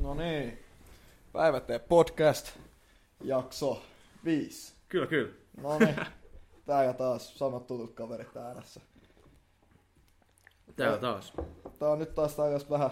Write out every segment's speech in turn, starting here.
No niin, Päiväteen podcast, jakso 5. Kyllä. No niin, täällä taas samat tutut kaverit äänessä. Täällä taas. Tää on nyt taas tällaista vähän...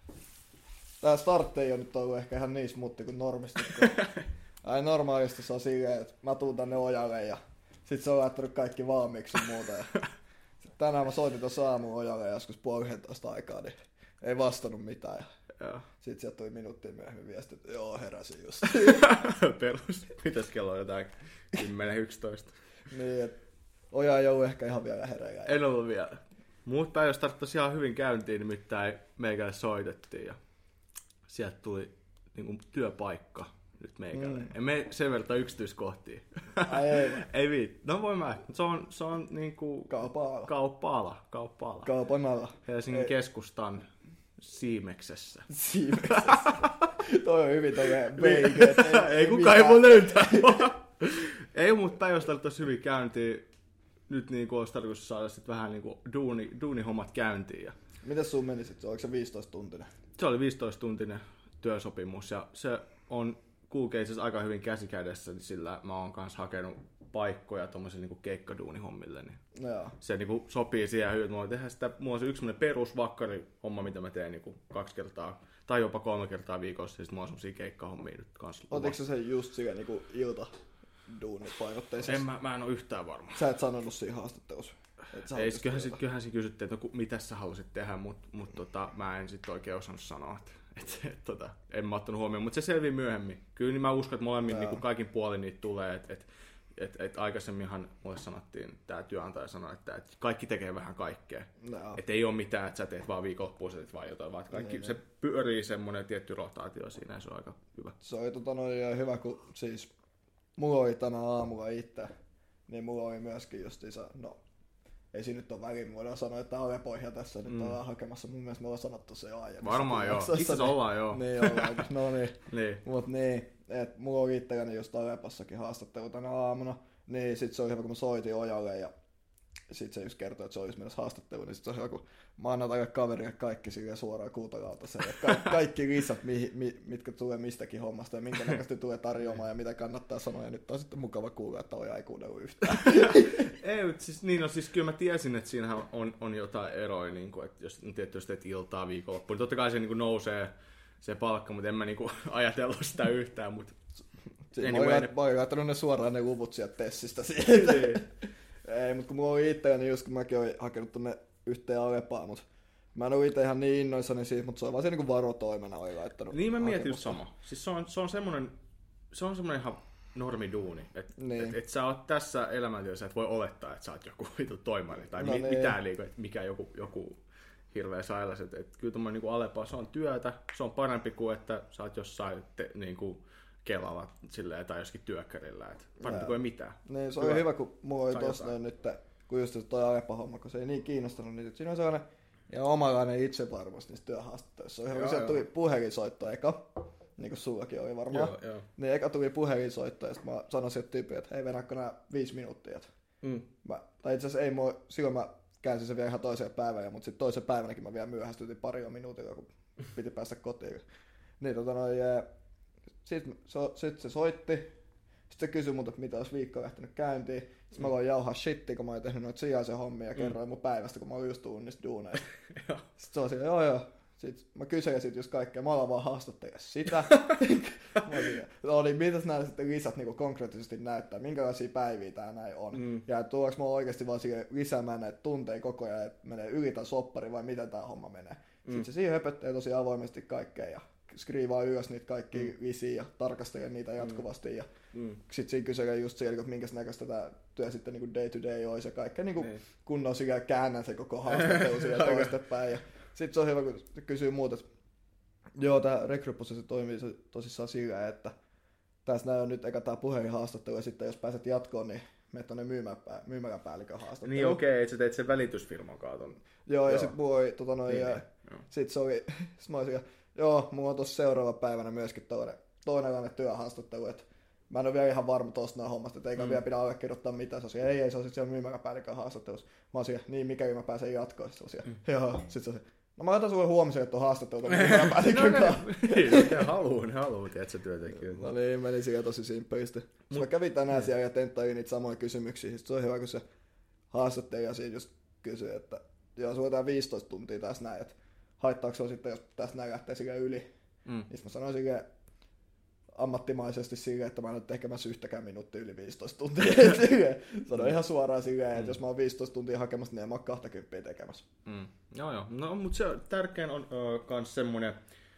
Tää startti ei oo nyt ollut ehkä ihan niin smutti kuin normisti. Ai normaalisti se on silleen, että mä tuun tänne ojalle ja sit se on laittanut kaikki valmiiksi ja muuta. Ja tänään mä soitin tuossa aamuun ojalle joskus 10:30 aikaa, niin ei vastannut mitään. Ja sit sieltä tuli minuuttia myöhemmin viesti, että joo, heräsin just. Perus. Mitäs kello on jotain 10-11? Niin, et Oja ei ollut ehkä ihan vielä hereillä. En ollut vielä. Mutta jos tarvitsisi ihan hyvin käyntiin, nimittäin meikälle soitettiin ja sieltä tuli niinku työpaikka nyt meikälle. En mene sen verran yksityiskohtiin. Ei viit. No voi mä. Se on niinku... Kauppa-ala. Kaupan ala. Helsingin keskustan Siimeksessä. Toi on hyvin veike. Ei kukaan ei voi löytää. Ei, mutta päivästä tarvitsisi hyvin käyntiin. Nyt niinku olisi tarkoitus saada sit vähän niinku duunihommat käyntiin. Ja... Mitäs sun meni sit? Oliko se 15-tuntinen? Se oli 15-tuntinen työsopimus ja se on kulkee siis aika hyvin käsikädessä, sillä mä oon kanssa hakenut paikkoja tommosille niinku keikkaduunihommille. Niin se niinku sopii siihen hyvin, että mä voin tehdä sitä. Mulla on se yksi perusvakkari-homma, mitä mä teen niinku 2 kertaa tai jopa 3 kertaa viikossa. Siis mulla on semmosia keikkahommia nyt kanssa. Otitko se just sillä niinku iltaduunipainotteisesti? Mä en oo yhtään varma. Sä et sanonut siinä haastattelussa. Ei, kyllähän siinä kysyttiin, että mitä sä halusit tehdä, mutta mä en sit oikein osannut sanoa, että en mä ottanut huomioon, mutta se selvii myöhemmin. Kyllä niin mä uskon, että molemmin niin kaikin puolin niitä tulee, että aikaisemminhan mulle sanottiin, tää työnantaja sanoi, että kaikki tekee vähän kaikkea. Että ei ole mitään, että sä teet vaan viikonloppuun, sä teet vaan jotain, vaan kaikki, se pyörii semmoinen tietty rotaatio siinä ja se on aika hyvä. Se oli hyvä, kun siis mulla oli tänä aamulla itse, niin mulla oli myöskin justiinsa, ei siinä nyt ole väliin, me voidaan sanoa, että Alepoihja tässä nyt ollaan hakemassa. Mun mielestä me ollaan sanottu se jo aiemmin. Varmaan joo, itse ollaan joo. Niin ollaan, no niin. Mut niin, että mulla oli itselläni just Alepossakin haastattelu tänä aamuna. Niin sit se oli hyvä, kun mä soitin Ojalle ja sit se just kertoi, että se olisi mennessä haastattelu. Niin sit se on hyvä, kun mä annan tälle kaverille kaikki silleen suoraan kuutalautaseen. Kaikki lisät, mitkä tulee mistäkin hommasta ja minkä näköisesti tulee tarjoamaan ja mitä kannattaa sanoa. Ja nyt on sitten mukava kuulla, että Oja ei kuunnellut yhtään. Ei, siis, niin, no, siis kyllä mä tiesin, että siinähän on jotain eroja, niin kuin, että jos tietysti teet iltaa viikonloppuun, niin totta kai se niin kuin nousee se palkka, mutta en mä niin kuin ajatellut sitä yhtään. Mutta mä oon laittanut ne suoraan ne luvut sieltä Tessistä siitä. Ei, mutta kun mulla oli itseäni just, kun mäkin olin hakenut tonne yhteen Alepaan, mutta mä en ole itse ihan niin innoissani siitä, mutta se on vaan se niin kuin varotoimena oli laittanut. Niin mä mietin just sama. Siis se on semmoinen ihan normiduuni, että niin. et sä oot tässä elämäntyössä, et voi olettaa, että sä oot joku vitu toimari tai mitään liikaa, että mikä joku hirveä sailas. Et kyllä tommoinen niin Alepa, se on työtä, se on parempi kuin että sä oot jossain niinku Kelalla silleen, tai joskin työkkärillä, että parempi kuin ei mitään. Niin, se on hyvä, kun mulla oli tossa nyt, kun just toi Alepa-homma, kun se ei niin kiinnostanut, niin siinä on sellainen ja omanlainen itsevarmuus niissä työhaastatteluissa. Se on hyvä, kun sieltä tuli puhelinsoitto eka. Niin kuin sullakin oli varmaan. Joo. Niin eka tuli puhelinsoitto ja sitten mä sanoin sieltä tyypille, että hei venätkö nää 5 minuuttia. Tai itse asiassa ei silloin mä käänsin sen vielä ihan toiseen päivänä, mutta sitten toisen päivänäkin mä vielä myöhästyin pari minuutilla, kun piti päästä kotiin. Niin sitten se soitti. Sitten se kysyi multa, että mitä olisi viikko lähtenyt käyntiin. Sitten mä aloin jauhaa shittia, kun mä olin tehnyt noita sijaisen hommia ja kerroin mun päivästä, kun mä olin just tullut niistä duuneista. Sitten se oli joo. Sitten mä kyselin sit just kaikkea, mä aloin vaan haastattelemaan sitä. No niin, mitäs nämä sitten lisät niin konkreettisesti näyttää, minkälaisia päiviä tää näin on. Ja tuoks mä oikeesti vaan lisäämään näitä tunteja koko ajan, että menee yli tai soppari vai miten tää homma menee. Sitten se siihen höpöttää tosi avoimesti kaikkea ja skriivaa ylös niitä kaikkia lisiä ja tarkastelee niitä jatkuvasti. Ja sit siinä kyselee just siellä, että minkäs näköistä tää työ sitten niin day to day olisi ja kaikkea niin kunnon sillä käännän se koko haastattelu siellä toistepäin. Sitten se on hyvä, kun kysyy muuta, että joo, tää rekryprosessi toimii tosissaan sillä, että tässä näin on nyt eka tää puhelinhaastattelu ja sitten jos pääset jatkoon, niin menet tonne myymäläpäällikön haastattelu. Niin okei, että sä teit sen välitysfirman kaaton. Joo, ja sit mulla oli sit se oli, sit mä olisin, joo, mulla on tossa seuraava päivänä myöskin toinen työhaastattelu, että mä en ole vielä ihan varma tosta nää hommasta, että eikä vielä pidä allekirjoittaa mitään. Se on sit siellä myymäläpäällikön haastattelussa. Mä olisin, niin mikäli mä pääsen jatkoon. Joo, sit se No mä otan sulle huomisen, että on haastattelua, niin mä päällikkökaan. Ne haluu, tiedätkö, työntekijöitä. No niin, meni siellä tosi simppelisti. Mä kävin tänään siellä ja tenttailin niitä samoja kysymyksiä. Sitten se on hyvä, kun se haastattelija siinä just kysyi, että joo, sulla on 15 tuntia tässä näin, että haittaako se sitten, jos tästä näin lähtee sille yli. Niin mä sanoin silleen ammattimaisesti silleen, että mä en ole tekemässä yhtäkään minuuttia yli 15 tuntia. Sanoin ihan suoraan silleen, että jos mä oon 15 tuntia hakemassa, niin en mä oon 20 tekemässä. Joo. No, mutta se tärkein on myös semmoinen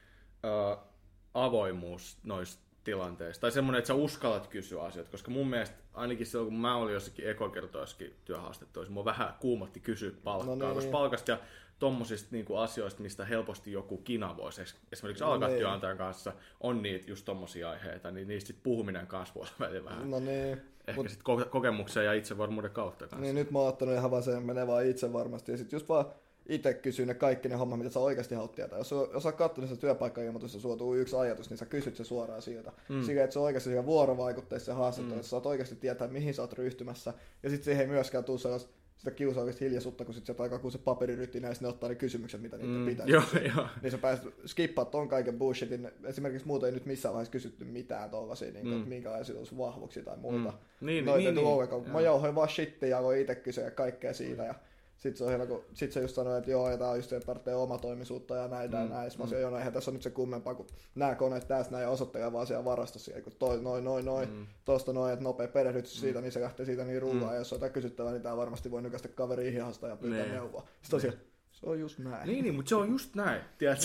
avoimuus noista tilanteista. Tai semmoinen, että sä uskallat kysyä asioita, koska mun mielestä ainakin silloin, kun mä olin jossakin ekokertoissakin työhaastatteluissa, mua vähän kuumotti kysyä palkkaa, koska palkasta ja tommosista niinku asioista, mistä helposti joku kina voisi, esimerkiksi alkaa työnantajan kanssa, on niitä just tommosia aiheita, niin niistä sit puhuminen kanssa voi välillä vähän. Ehkä sit kokemuksen ja itsevarmuuden kautta kanssa. Niin nyt mä oon ottanut ihan vaan sen, menee vaan itse varmasti. Ja sit just vaan itse kysyy ne kaikki ne hommat, mitä sä oikeasti haluat tietää. Jos sä katsonut sitä työpaikka-ilmoitusta, sulla tuu yksi ajatus, niin sä kysyt se suoraan siltä. Sillä, että se on oikeasti siellä vuorovaikutteissa ja haastattelussa, sä saat oikeasti tietää, mihin sä oot ryhtymässä. Ja sit siihen ei myöskään tule sellaista sitä kiusaallista hiljaisuutta, kun sit sieltä aikaa kun se paperirytti näin, ne ottaa ne kysymykset, mitä niitä pitäisi. Joo. Niin sä pääset skippaa ton kaiken bullshitin. Esimerkiksi muuta ei nyt missään vaiheessa kysytty mitään tollasia, niin että minkälaisia olisi vahvuuksia tai muuta. Niin. Mä jauhoin vaan shittia ja aloin itse kysyä kaikkea siitä. Ja sit se on hyvä, kun sit se just sanoi, että joo, ja tää on just se, että tarvitsee omatoimisuutta ja näin. Mä sanoin, joo, eihän tässä on nyt se kummempaa, kun nää koneet tässä näin ja osoittelee vaan siellä varastossa. Ja kun toi noin, tosta noin, että nopea perehdytys siitä, niin se lähtee siitä niin rullaan. Ja jos on jotain kysyttävää, niin tää varmasti voi nykästä kaveriin hihasta ja pyytää neuvoa. Sitten tosiaan, se on just näin. Niin, mutta se on just näin, tiedätkö?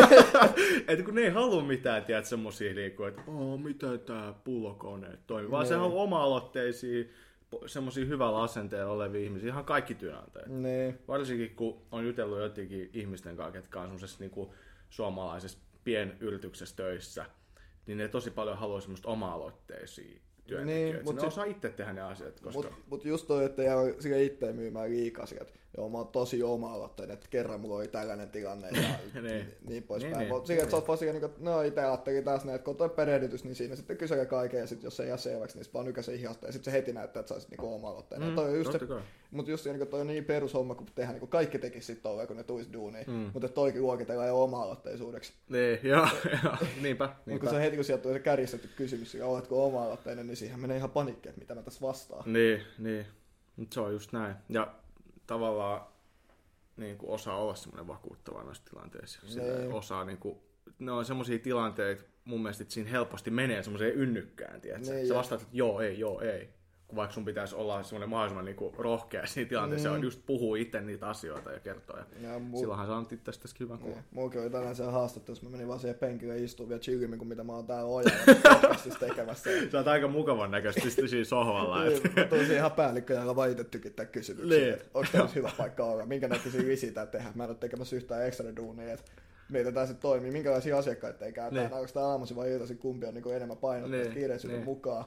Että kun ne ei halua mitään, tiedätkö, semmosia liikkuja, että miten tää pullokone toimii, vaan se haluaa oma-aloitteisia, semmosia hyvällä asenteella olevia ihmisiä, ihan kaikki työnantajat. Varsinkin kun on jutellut jotenkin ihmisten kanssa, ketkä on semmoisessa niinku suomalaisessa pienyrityksessä töissä, niin ne tosi paljon haluaa semmoista oma-aloitteisia työntekijöitä. Niin, ne osaa itse tehdä ne asiat. Koska... Mutta just toi, että jää sille itse myymään liikaa sieltä. Joo, mä oon tosi oma-aloitteinen, että kerran mulla oli tällainen tilanne ja niin poispäin. Sille, että sä oot vaan siihen, että no itse ajattelin taas näin, että kun on toi perehdytys, niin siinä sitten kysyä kaiken ja sitten jos se ei jää selväksi, niin sit vaan nykäisen hihasta ja sitten se heti näyttää, että sä olisit niinku oma-aloitteinen. Mutta just se, toi on niin perushomma, kun tehdään, niin kaikki tekis sit tolleen, kun ne tuis duuniin. Mutta toikin luokitellaan jo oma-aloitteisuudeksi. Niin, joo, niinpä. Mutta kun se heti, kun sieltä tulee se kärjistetty kysymys, ja oletko oma-aloitteinen, niin siihen menee ihan panikki, että mitä mä tässä vastaan. Niin. Mutta se on just näin. Ja tavallaan niin kuin osaa olla semmoinen vakuuttava noissa tilanteissa. Osaa, niin kuin, ne on semmoisia tilanteita, mun mielestä, että siinä helposti menee semmoiseen ynnykkään. Sä vastaat, että joo, ei. Vaikka sun pitäisi olla semmoinen mahdollisimman niin kuin rohkea siinä tilanteessa, on just puhua itse niitä asioita ja kertoa. Ja silloinhan sä annat itsestäsi hyvän kuvan. Mullakin oli tänään siellä haastattelussa, mä menin vaan siihen penkille istuun vielä chillimmin kuin mitä mä oon täällä ojalla tekemässä. Sä oot aika mukavan näköisesti siinä sohvalla. Mä tulin ihan päällikkö, jolla vaan itse tykittää kysymyksiä, että onko tämä hyvä paikka olla, minkä näköisiä visitään tehdä. Mä en ole tekemässä yhtään ekstra duunia, että miten tämä sitten toimii, minkälaisia asiakkaita ei käytä, onko tämä aamuisin vai iltaisin, kumpi on niin enemmän painottaa kiireisyyden mukaan.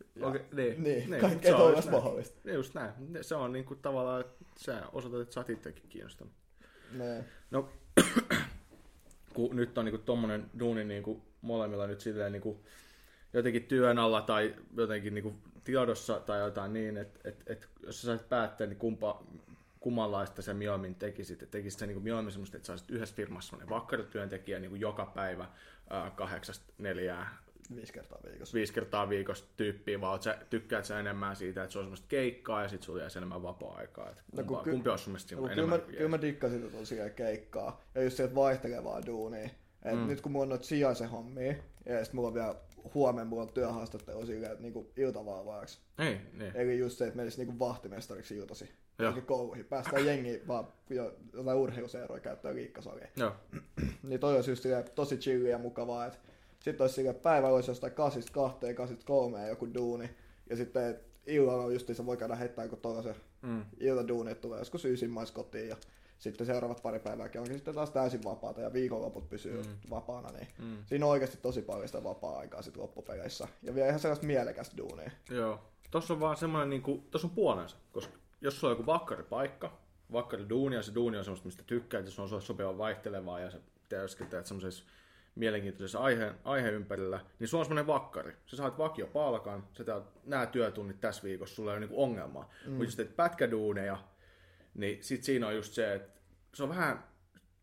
Kaikkea toivoisi mahdollista. Just näin. Se on niinku tavallaan, että sä osoitat, että sä oot itsekin kiinnostunut. No, kun nyt on niinku tommonen duuni niinku molemmilla nyt silleen niinku jotenkin työn alla tai jotenkin niinku tiedossa tai jotain niin, että jos sä saisit päättää, niin kummanlaista sä mieluummin tekisit. Että tekisit sä niinku mieluummin semmoista, että sä olisit yhdessä firmassa semmoinen vakkarityöntekijä niinku joka päivä 8-4 5 kertaa viikossa tyyppiä, vaan tykkäät sä enemmän siitä, että se on semmoista keikkaa ja sit sulla jää enemmän vapaa-aikaa. Kumpi olisi sun mielestä enemmän? Kyllä mä dikkasin tosiaan keikkaa ja just sieltä vaihtelevaa duunia. Nyt kun mulla on noita sijaisen hommia ja sit mulla on vielä huomenna mulla on työhaastattelu silleen, että niinku iltavaavaaksi. Eli just se, että menisi niinku vahtimestariksi iltasi. Kouluihin. Päästään jengiin vaan jotain urheiluseuroja käyttää liikkasalia. Niin toi olisi just tosi chillia ja mukavaa, että sitten olisi silleen, että päivällä olisi jostain 8-2, 8-3 joku duuni. Ja sitten illalla justiinsa voi käydä heittää joku tollasen iltaduuni, että tulee joskus ysimmais kotiin. Ja sitten seuraavat pari päivääkin onkin sitten taas täysin vapaata ja viikonloput pysyy vapaana. Niin siinä on oikeasti tosi paljon sitä vapaa-aikaa sitten loppupeleissä. Ja vielä ihan sellaista mielekästä duunia. Joo. Tuossa on vaan semmoinen, niinku, tuossa on puolensa. Koska jos sulla on joku vakkaripaikka, vakkariduuni ja se duuni on semmoista, mistä tykkää, että se on sopivan vaihtelevaa ja sä teet semmoisessa mielenkiintoisessa aiheen ympärillä, niin sulla on semmoinen vakkari. Sä saat vakiopalkan, sä teet nämä työtunnit tässä viikossa, sulla ei ole niinku ongelmaa. Mutta jos teet pätkäduuneja, niin sit siinä on just se, että se on vähän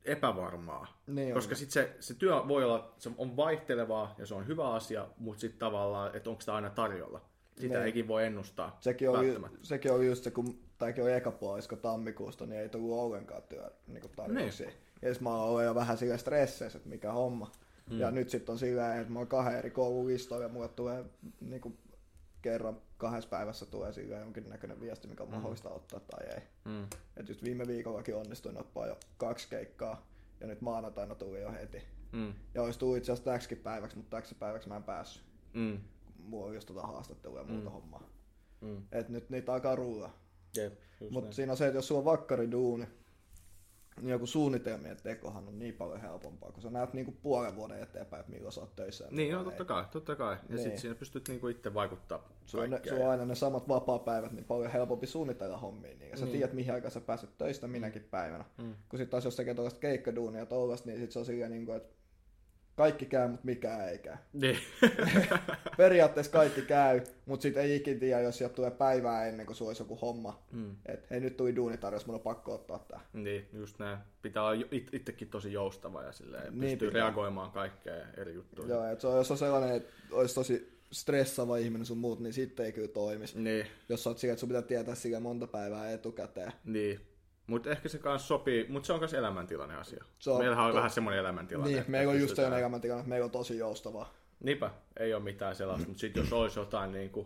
epävarmaa. Niin koska sitten se työ voi olla, se on vaihtelevaa ja se on hyvä asia, mutta sitten tavallaan, että onko sitä aina tarjolla. Sitä eikin voi ennustaa. Sekin on just se, kun tämäkin on eka puolisko tammikuusta, niin ei tullut ollenkaan tarjouksia. Ja mä oon ollut jo vähän sillä stresseissä, että mikä homma. Ja nyt sitten on sillä, että mä oon 2 eri koululistoilla ja mulle tulee niin kerran 2 päivässä tulee sillä jonkinnäköinen viesti, mikä on mahdollista ottaa tai ei. Et just viime viikollakin onnistuin ottaa jo 2 keikkaa ja nyt maanantaina tuli jo heti. Ja olisi tullut itse asiassa täksikin päiväksi, mutta täksi päiväksi mä en päässyt. Mulla on just haastattelua ja muuta hommaa. Et nyt niitä alkaa rullaa. Mutta siinä on se, että jos sulla on vakkariduuni, niin joku suunnitelmien tekohan on niin paljon helpompaa, kun sä näet niinku puolen vuoden eteenpäin, että milloin sä oot töissä. Niin, no totta kai. Ja sit siinä pystyt niinku itse vaikuttaa kaikkeen. Sulla on aina ne samat vapaapäivät, niin paljon helpompi suunnitella hommia. Niin. Ja sä tiedät, mihin aikaan sä pääset töistä minäkin päivänä. Kun sit taas jos tekee tuollaista keikkaduunia tollasta, niin sit se on silleen, niin että kaikki käy, mutta mikään ei käy. Niin. Periaatteessa kaikki käy, mutta sitten ei ikin tiedä, jos sieltä tulee päivää ennen kuin sulla olisi joku homma. Että hei, nyt tuli duunitarjous, mun on pakko ottaa tää. Niin, just näin. Pitää olla itsekin tosi joustava ja silleen, niin pystyy reagoimaan kaikkeen eri juttuihin. Joo, että jos on sellainen, että olisi tosi stressaava ihminen sun muut, niin sitten ei kyllä toimisi. Niin. Jos sä oot sillä, että sun pitää tietää sillä monta päivää etukäteen. Niin. Mutta ehkä se kanssa sopii, mutta se on myös elämäntilanne asia. Meillähän on vähän semmoinen elämäntilanne. Niin, meillä on just sellainen elämäntilanne, että meillä on tosi joustavaa. Niinpä, ei ole mitään sellaista, mutta sitten jos olisi jotain niinku,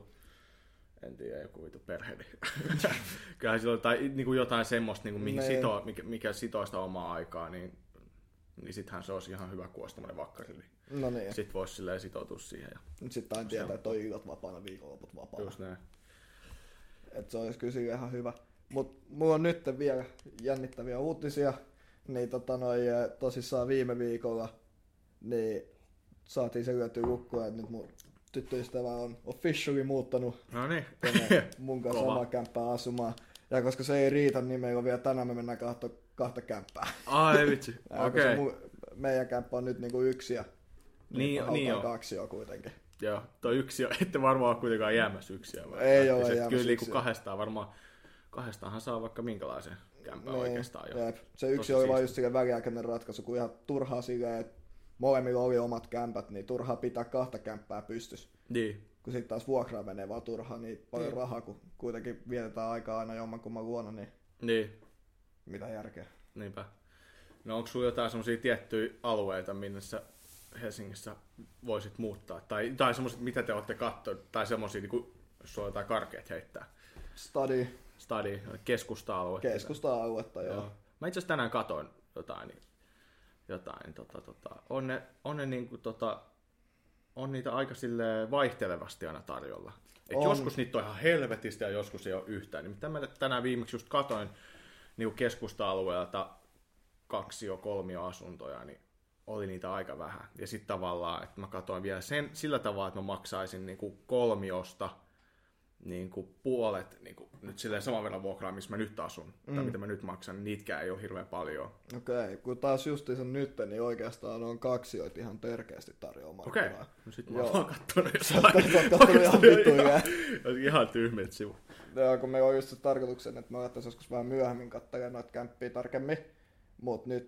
en tiedä, joku vitu perhe, niin kyllähän silloin, tai niinku jotain semmoista, niinku, mikä sitoo sitä omaa aikaa, niin sittenhän se olisi ihan hyvä, kun olisi tämmöinen vakkari. No niin. Sitten voisi silleen sitoutua siihen. Sitten aina tietää, että on illat vapaana, viikonloput vapaana. Just näin. Että se olisi kyllä ihan hyvä. Mutta mulla on nyt vielä jännittäviä uutisia, niin tosissaan viime viikolla niin saatiin se lyötyä lukkoon, että nyt mun tyttöystävä on officially muuttanut mun kanssa omaa kämppää asumaan. Ja koska se ei riitä, niin meillä on vielä tänään me mennään kahta kämppää. Ai vitsi, okei. Meidän kämppä on nyt niinku 1 ja niin 2 jo kuitenkin. Joo, toi 1 jo, ette varmaan ole kuitenkaan jäämässä 1. Ei ole jäämässä 1. Kyllä niinku 2 varmaan. 2han saa vaikka minkälaisen kämpän oikeastaan jo. Se 1 oli vaan just silleen väliaikainen ratkaisu, kun ihan turhaa silleen, että molemmilla oli omat kämpät, niin turhaa pitää 2 kämppää pystyssä. Niin. Kun sitten taas vuokraa menee vaan turhaa niin paljon rahaa, kun kuitenkin vietetään aikaa aina jommankumman luona, niin mitä järkeä. Niinpä. No onko sulla jotain semmosia tiettyjä alueita, minne sä Helsingissä voisit muuttaa? Tai semmoiset, mitä te olette katsoneet, tai semmosia, niin jos sulla on jotain karkeat heittää? Stadi, keskusta-aluetta. Keskusta-aluetta, joo. Mä itse asiassa tänään katoin jotain on niitä aika silleen vaihtelevasti aina tarjolla. Et joskus niitä on ihan helvetistä ja joskus ei ole yhtään. Nimittäin mä tänään viimeksi just katoin niin keskusta-alueelta 2-3 asuntoja, niin oli niitä aika vähän. Ja sitten tavallaan, että mä katoin vielä sillä tavalla, että mä maksaisin niin kuin 3 niin kuin puolet niin kuin nyt silleen saman verran vuokraa, missä mä nyt asun, tai mitä mä nyt maksan, niin niitkään ei ole hirveän paljon. Okei, kun taas justiinsa nyt, niin oikeastaan on 2 joita ihan törkeästi tarjoamaan. Okei, no sit mä oon kattonut ihan vituja. Ihan tyhmät sivu. Joo, kun meillä on just se tarkoituksen, että me alettaisiin joskus vähän myöhemmin katselemaan noita kämppiä tarkemmin, mut nyt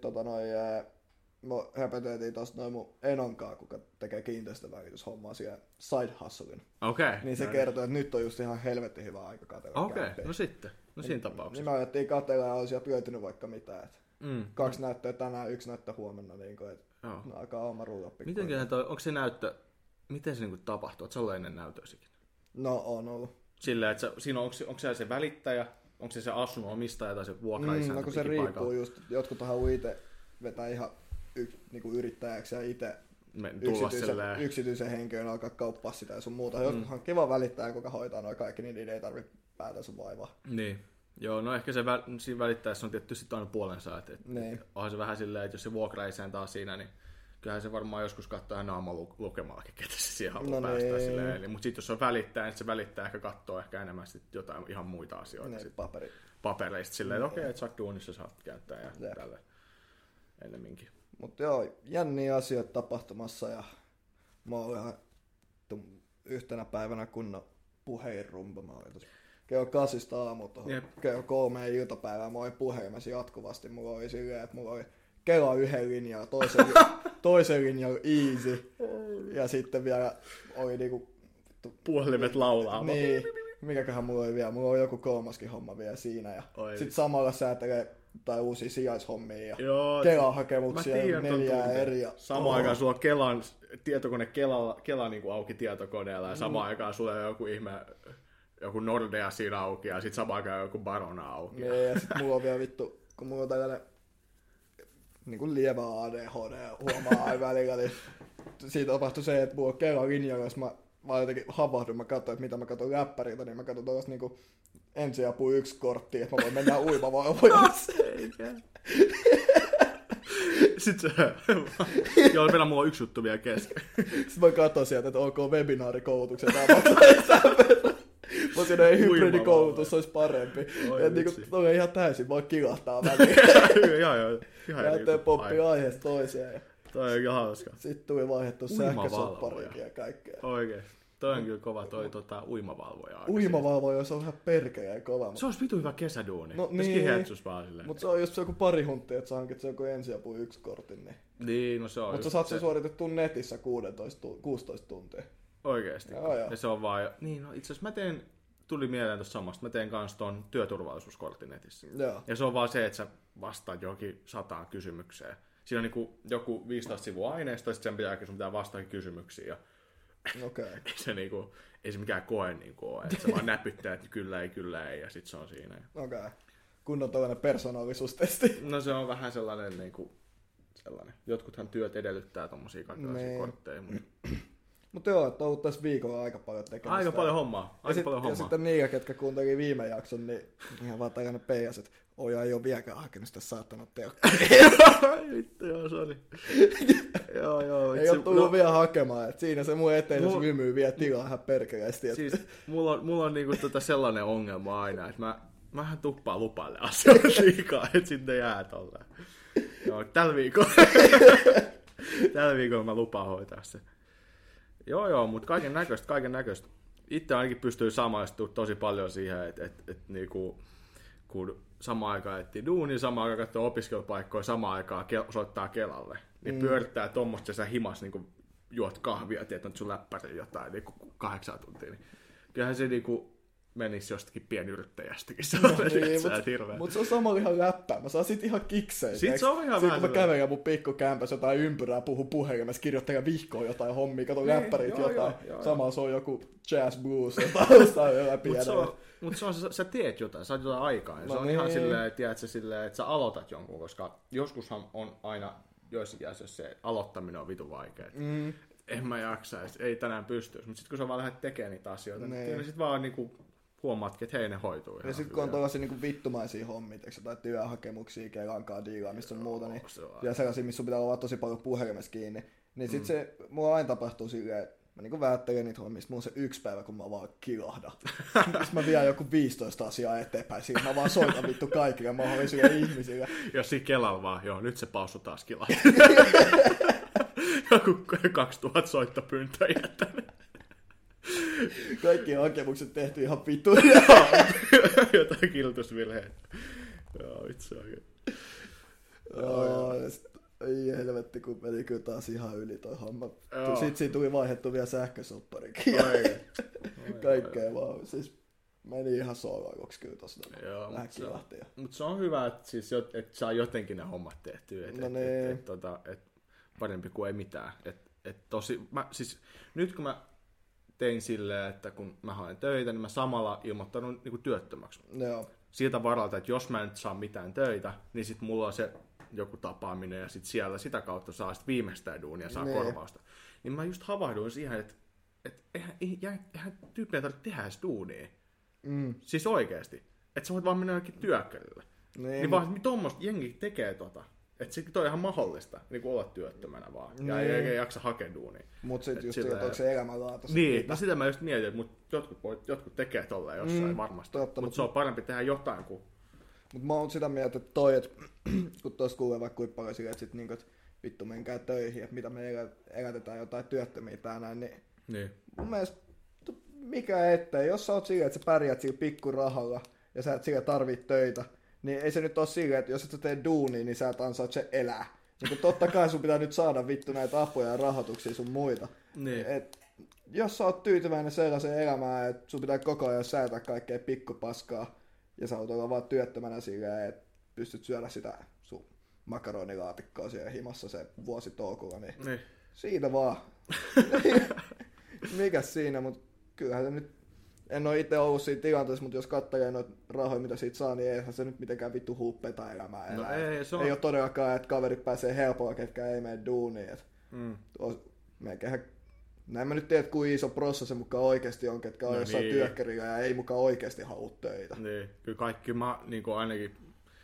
me höpöteltiin tosta noin mun enonkaa, kuka tekee kiinteistövälityshommaa siellä side hustlen. Okei. Niin se kertoo, että nyt on just ihan helvetin hyvä aika katsella kämpiä. Okei, no sitten. No siinä tapauksessa. Niin me alettiin katsella ja olisi sieltä löytynyt vaikka mitä. 2 näyttöä tänään, 1 näyttö huomenna. Niin että alkaa oma ruuda pikkuinen. Onko se näyttö, miten se niin tapahtuu? Oletko sä ollut ennen näytöisikin? No on ollut. Silleen, että onko se välittäjä, onko se asunnon omistaja tai se vuokraisäntä? No kun se riippuu just, jotkut haluaa itse vetää ihan niinku yrittäjäksi ja itse yksityisen henkilön alkaa kauppaa sitä ja sun muuta. Joskushan kiva välittäjä, kuka hoitaa noin kaikki, niin ei tarvitse päätänsä vaivaa. Niin. Joo, no ehkä se siinä välittäjässä on tietysti aina puolensa. Niin. Onhan se vähän silleen, että jos se vuokraisäntä on siinä, niin kyllähän se varmaan joskus katsoo ihan naamalukemallakin, ketä se siihen haluaa päästä. Silleen. Mutta sitten jos se on välittäjä, niin se välittäjä ehkä katsoo ehkä enemmän jotain ihan muita asioita. Niin, papereista silleen, että okei, että sä oot duunissa, saat käyttää ja tälle ennemminkin. Mutta joo, jänniä asioita tapahtumassa ja mä oon ihan yhtenä päivänä kunnon puheenrumba. Mä olin tuossa kello 8 aamulla kello 3 iltapäivää. Mä olin puhelimessa jatkuvasti. Mulla oli silleen, että mulla oli Kela yhden linjalla, toisen linjalla easy. Ja sitten vielä oli niinku... Puhelimet laulaa. Niin, mikäköhän mulla oli vielä. Mulla oli joku kolmaskin homma vielä siinä. Ja sitten samalla säätelee tai uusia sijaishommia ja Kela-hakemuksia ja 4 eri. Samaan aikaan sulla on Kelan tietokone Kela niin kuin auki tietokoneella ja samaan aikaan sulla on joku ihme joku Nordea siinä auki ja sitten samaan aikaan joku Barona auki. Ja sitten mulla on vielä vittu, kun mulla on tällainen niin kuin lievä ADHD huomaa aina välillä, niin siitä tapahtui se, että mulla on Kela-linjalla, jos mä jotenkin havahdun, mä katsoin, että mitä mä katson läppäriltä, niin mä katson tuollaista niinku ensiapu 1 korttia, että mä voin mennä uimavalvojalle. Sitten joo, vielä mulla on yksi juttu vielä kesken. Sitten mä katson sieltä, että onko webinaarikoulutuksen mutta siinä ei hybridikoulutus olisi parempi. Että niinku toi ihan täysin voi kilahtaa väliin. Ihan ja poppii aiheesta toiseen. Toi on ihan hauska. Sitten tuli vaihdettu sähkösopparikin ja kaikkea. Oikein. Toi on kyllä kova toi uimavalvoja. Uimavalvoja, se on ihan perkeleen kova. Se olisi vitu hyvä kesäduuni. No niin. Mutta se on just joku pari huntia, että sä hankit se joku ensiapu 1 kortin. Niin, no se on. Mutta sä saat sen suoritettua netissä 16 tuntia. Oikeesti. Joo. Ja se on vaan... Niin, no itse asiassa tuli mieleen tuossa samasta. Mä teen kans ton työturvallisuuskortin netissä. Joo. Ja se on vaan se, että sä vastaat johonkin 100 kysymykseen. Siinä on niinku joku 15 sivua aineistoa, ja sitten sun pitää vastata kysymyksiin. Ja okay. ei se mikään koe niinku ole, että sä vaan näpyttää, että kyllä ei, ja sit se on siinä. Okei. Okay. Kunnon tällainen persoonallisuustesti. No se on vähän sellainen niinku... Jotkuthan työt edellyttää tommosia kaikenlaisia kortteja. Mutta joo, että on ollut tässä viikolla aika paljon tekemistä. Aika paljon hommaa. Ja sitten niillä, ketkä kuunteli viime jakson, niin ihan vaan tällainen peijas, että ei ole vieläkään hakenut sitä saattanut telkkaria. Vittu, joo, sori. joo. Ei ole tullut vielä hakemaan, että siinä se mun eteisessä vymyy vielä tilaa ihan perkeleesti. Siis mulla on niinku sellainen ongelma aina, että mähän tuppaan lupaille asioita liikaa, että sitten jää tolleen. Joo, tällä viikolla mä lupaan hoitaa se. Joo, mutta kaiken näköistä. Itse ainakin pystyy samaistumaan tosi paljon siihen, että niinku, kun samaan aikaan etsii duunia, samaan aikaan katsoo opiskelupaikkoja, samaan aikaan soittaa Kelalle, niin pyörittää tommoista sä himas niinku, juot kahvia, tiedät sun läppärin jotain niinku 8 tuntia. Niin kyllähän se niinku menisi jostakin pienyrittäjästäkin. Mutta se on samalla ihan läppää. Mä saan sit ihan kikseen. Sit se on ihan vähän kun mä kävelen mun pikkukämpässä jotain ympyrää, puhun puhelimessa, kirjoittelen vihkoon jotain hommia, katon läppärit jotain. Samalla se on joku jazz blues, jotain pienellä. Mutta sä teet jotain, sä oot jotain aikaa. Se on ihan silleen, että sä aloitat jonkun, koska joskushan on aina joissakin asioissa se aloittaminen on vitun vaikeaa. En mä jaksaisi, ei tänään pystyisi. Mutta sitten kun sä vaan lähdet tekemään niitä asioita, niin sit vaan niinku huomaatkin, että hei, ne hoituu. Ja sitten kun on tällaisia niinku vittumaisia hommia, tai työhakemuksia, Kelankaan diilaamista ja muuta, niin, ja sellaisia, missä sun pitää olla tosi paljon puhelimessa kiinni, niin sitten se mulla aina tapahtuu silleen, että mä niinku väittelen niitä hommista, mulla on se 1 päivä, kun mä vaan kilahdan. Sitten mä vien joku 15 asiaa eteenpäin, siinä mä vaan soitan vittu kaikille mahdollisille ihmisille. Ja siinä Kelalla vaan, joo, nyt se paussu taas kilahtaa. Joku 2000 soittopyyntöä jättänyt. Kaikki hakemukset tehty ihan vittu. Jotain kiltusvirheitä. Joo, itse oikein. Ei helvetti, kun meni kyllä taas ihan yli toi homma. Sitten siinä tuli vaihdettu vielä sähkösopparikin. Kaikkea vaan. Siis meni ihan sooloiluksi kyllä tossa. Vähän kilahtia. Mutta se on hyvä, että siis, et saa jotenkin ne hommat tehtyä. Et parempi kuin ei mitään. Siis, nyt kun mä tein silleen, että kun mä haen töitä, niin mä samalla ilmoittanut niin kuin työttömäksi. Joo. Siltä varalta, että jos mä en saa mitään töitä, niin sit mulla on se joku tapaaminen ja sit siellä sitä kautta saa sit viimeistään duunia ja saa korvausta. Niin mä just havahduin siihen, että eihän tyyppiä tarvitse tehdä edes duunia. Siis oikeesti. Että sä voit vaan mennä jonnekin työkkärille. Niin vaan tommoista jengi tekee tota. Että sit toi on ihan mahdollista niin olla työttömänä vaan. Ja ei jaksa hakea duunia. Mut sit just sillä, että onko se elämänlaatu. Niin, no sitä mä just mietin, että jotkut tekee tolleen jossain varmasti. Mutta se on parempi tehdä jotain kuin... Mut mä oon sitä mieltä, että toi, että kun tuossa kuulee vaikka kuinka paljon silleen, että sit niinku, että vittu menkää töihin, että mitä me elätetään jotain työttömiä tää näin, niin. Mun mielestä mikä ettei, jos sä oot silleen, että sä pärjät sillä pikkurahalla ja sä et sillä tarvit töitä, niin ei se nyt ole silleen, että jos et sä tee duunia, niin sä et ansaat se elää. Niin totta kai sun pitää nyt saada vittu näitä apuja ja rahoituksia sun muita. Niin. Jos sä oot tyytyväinen sellaiseen elämään, että sun pitää koko ajan säätää kaikkea pikkupaskaa ja sä oot olla vaan työttömänä silleen, että pystyt syödä sitä sun makaronilaatikkoa siellä himassa se vuositolkulla, niin siitä vaan. Mikäs siinä, mutta kyllähän se nyt, en ole itse ollut siinä tilanteessa, mutta jos katselee noita rahoja, mitä siitä saa, niin eihän se nyt mitenkään vittu huuppeita elämää elää. Ei ole todellakaan, että kaverit pääsee helpolla, ketkä ei mene duuniin. Näin mä nyt tiedät, kuin iso prossa se mukaan oikeasti on, ketkä on jossain työkkärillä ja ei mukaan oikeasti halua töitä. Niin, kyllä kaikki mä niin ainakin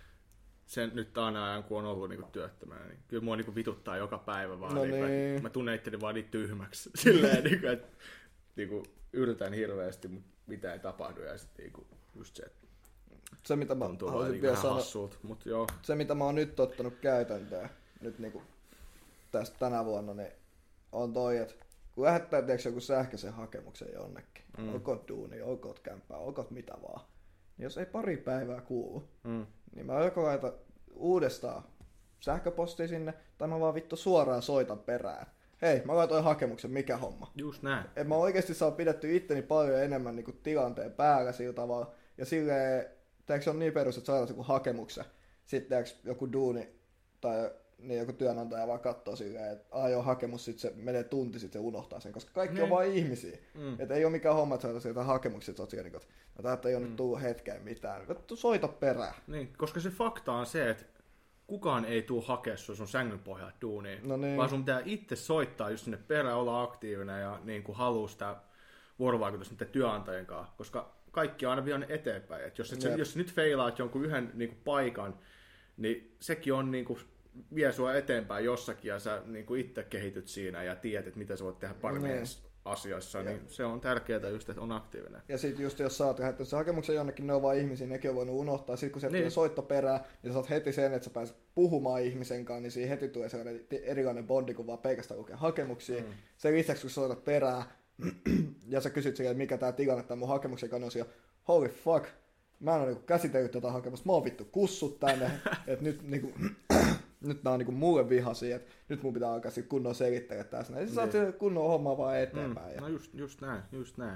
sen nyt aina ajan, kun on ollut niin työttömänä, niin kyllä mua niin vituttaa joka päivä vaan. Mä tunnen itteni vaan niin tyhmäksi. Silleen, niin kuin, että niin kuin, yritän hirveästi, mutta mitä ei tapahdu. Ja sitten niin just se, että se, mitä mä haluaisin vielä sanoa, se, mitä mä oon nyt ottanut käytäntöön, nyt niin kuin tästä tänä vuonna, niin on toi, että kun lähettää joku sähköisen hakemuksen jonnekin, olkoon duuni, olkoon kämppää, olkoon mitä vaan, niin jos ei pari päivää kuulu, niin mä joko laitan uudestaan sähköpostia sinne, tai mä vaan vittu suoraan soitan perään. Hei, mä laitoin hakemuksen, mikä homma? Just näin. Et mä oikeesti saa pidetty itteni paljon enemmän niinku tilanteen päällä sillä tavalla, ja silleen, se on niin perus, että saadaan joku hakemuksen, sitten joku duuni tai niin joku työnantaja vaan katsoo silleen, että joo, hakemus, sit se menee tunti, sit se unohtaa sen, koska kaikki on vain ihmisiä. Että ei ole mikään homma, että saadaan sieltä hakemuksia, että sä oot siellä niin, että täältä ei ole nyt tullut hetkeen mitään. Soita perään. Niin, koska se fakta on se, että kukaan ei tule hakea sun sängyn pohjalta duuniin, vaan sun pitää itse soittaa just sinne perään, olla aktiivinen ja niin kuin haluaa sitä vuorovaikutusta niiden työnantajien kanssa, koska kaikki on aina vielä eteenpäin. Et jos nyt feilaat jonkun yhden niin kuin paikan, niin sekin on niin kuin vie sua eteenpäin jossakin ja sä niin kuin itse kehityt siinä ja tiedät, että mitä sä voit tehdä paremmin asioissa, niin se on tärkeää just, että on aktiivinen. Ja sitten just jos sä oot lähettänyt sen hakemuksen jonnekin, ne on vaan ihmisiä, nekin on voinut unohtaa. Sitten kun sieltä tulee soitto perään, niin sä saat heti sen, että sä pääset puhumaan ihmisen kanssa, niin siinä heti tulee sellainen erilainen bondi, kun vaan pelkästään lukee hakemuksia. Sen lisäksi, kun soitat perään ja sä kysyt siihen, että mikä tää tilanne tämän mun hakemuksen kanssa on, holy fuck, mä en ole niinku käsitellyt tätä hakemusta, mä oon vittu kussut tänne, että nyt niinku nyt nää on niinku mulle vihaisia, että nyt mun pitää alkaa kunnon selittää tässä. Ja sä saat kunnon hommaa vaan eteenpäin. No just näin.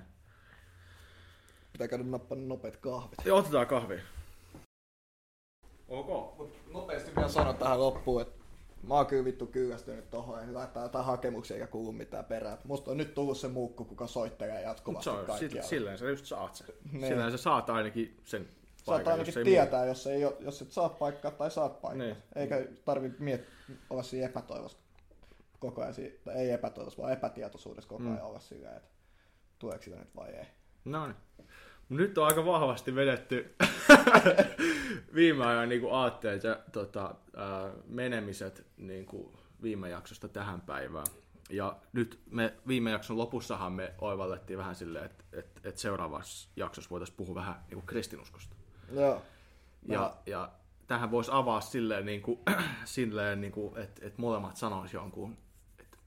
Pitää käydä nappaa nopeat kahvit. Joo, otetaan kahvia. Ok. Nopeasti vielä sanon tähän loppuun, että mä oon kyllä vittu kyllästynyt tohon, että laittaa jotain hakemuksia eikä kuulu mitään perään. Musta on nyt tullut se muukku, kuka soittelee jatkuvasti kaikkialla. Silleen sä just saat sen. Silleen sä saat ainakin sen. Saat ainakin tietää, jos et saa paikkaa tai saat paikkaa. Niin. Eikä tarvi olla siinä epätoivossa koko ajan, tai ei epätoivossa, vaan epätietoisuudessa koko ajan olla sillä, että tuleeko sitä nyt vai ei. No niin. Nyt on aika vahvasti vedetty viime ajan niin aatteet ja menemiset niin viime jaksosta tähän päivään. Ja nyt me viime jakson lopussahan me oivallettiin vähän silleen, että seuraavassa jaksossa voitaisiin puhua vähän niin kristinuskosta. Joo. Ja tähän voisi avaa silleen, että molemmat sanoisi jonkun, että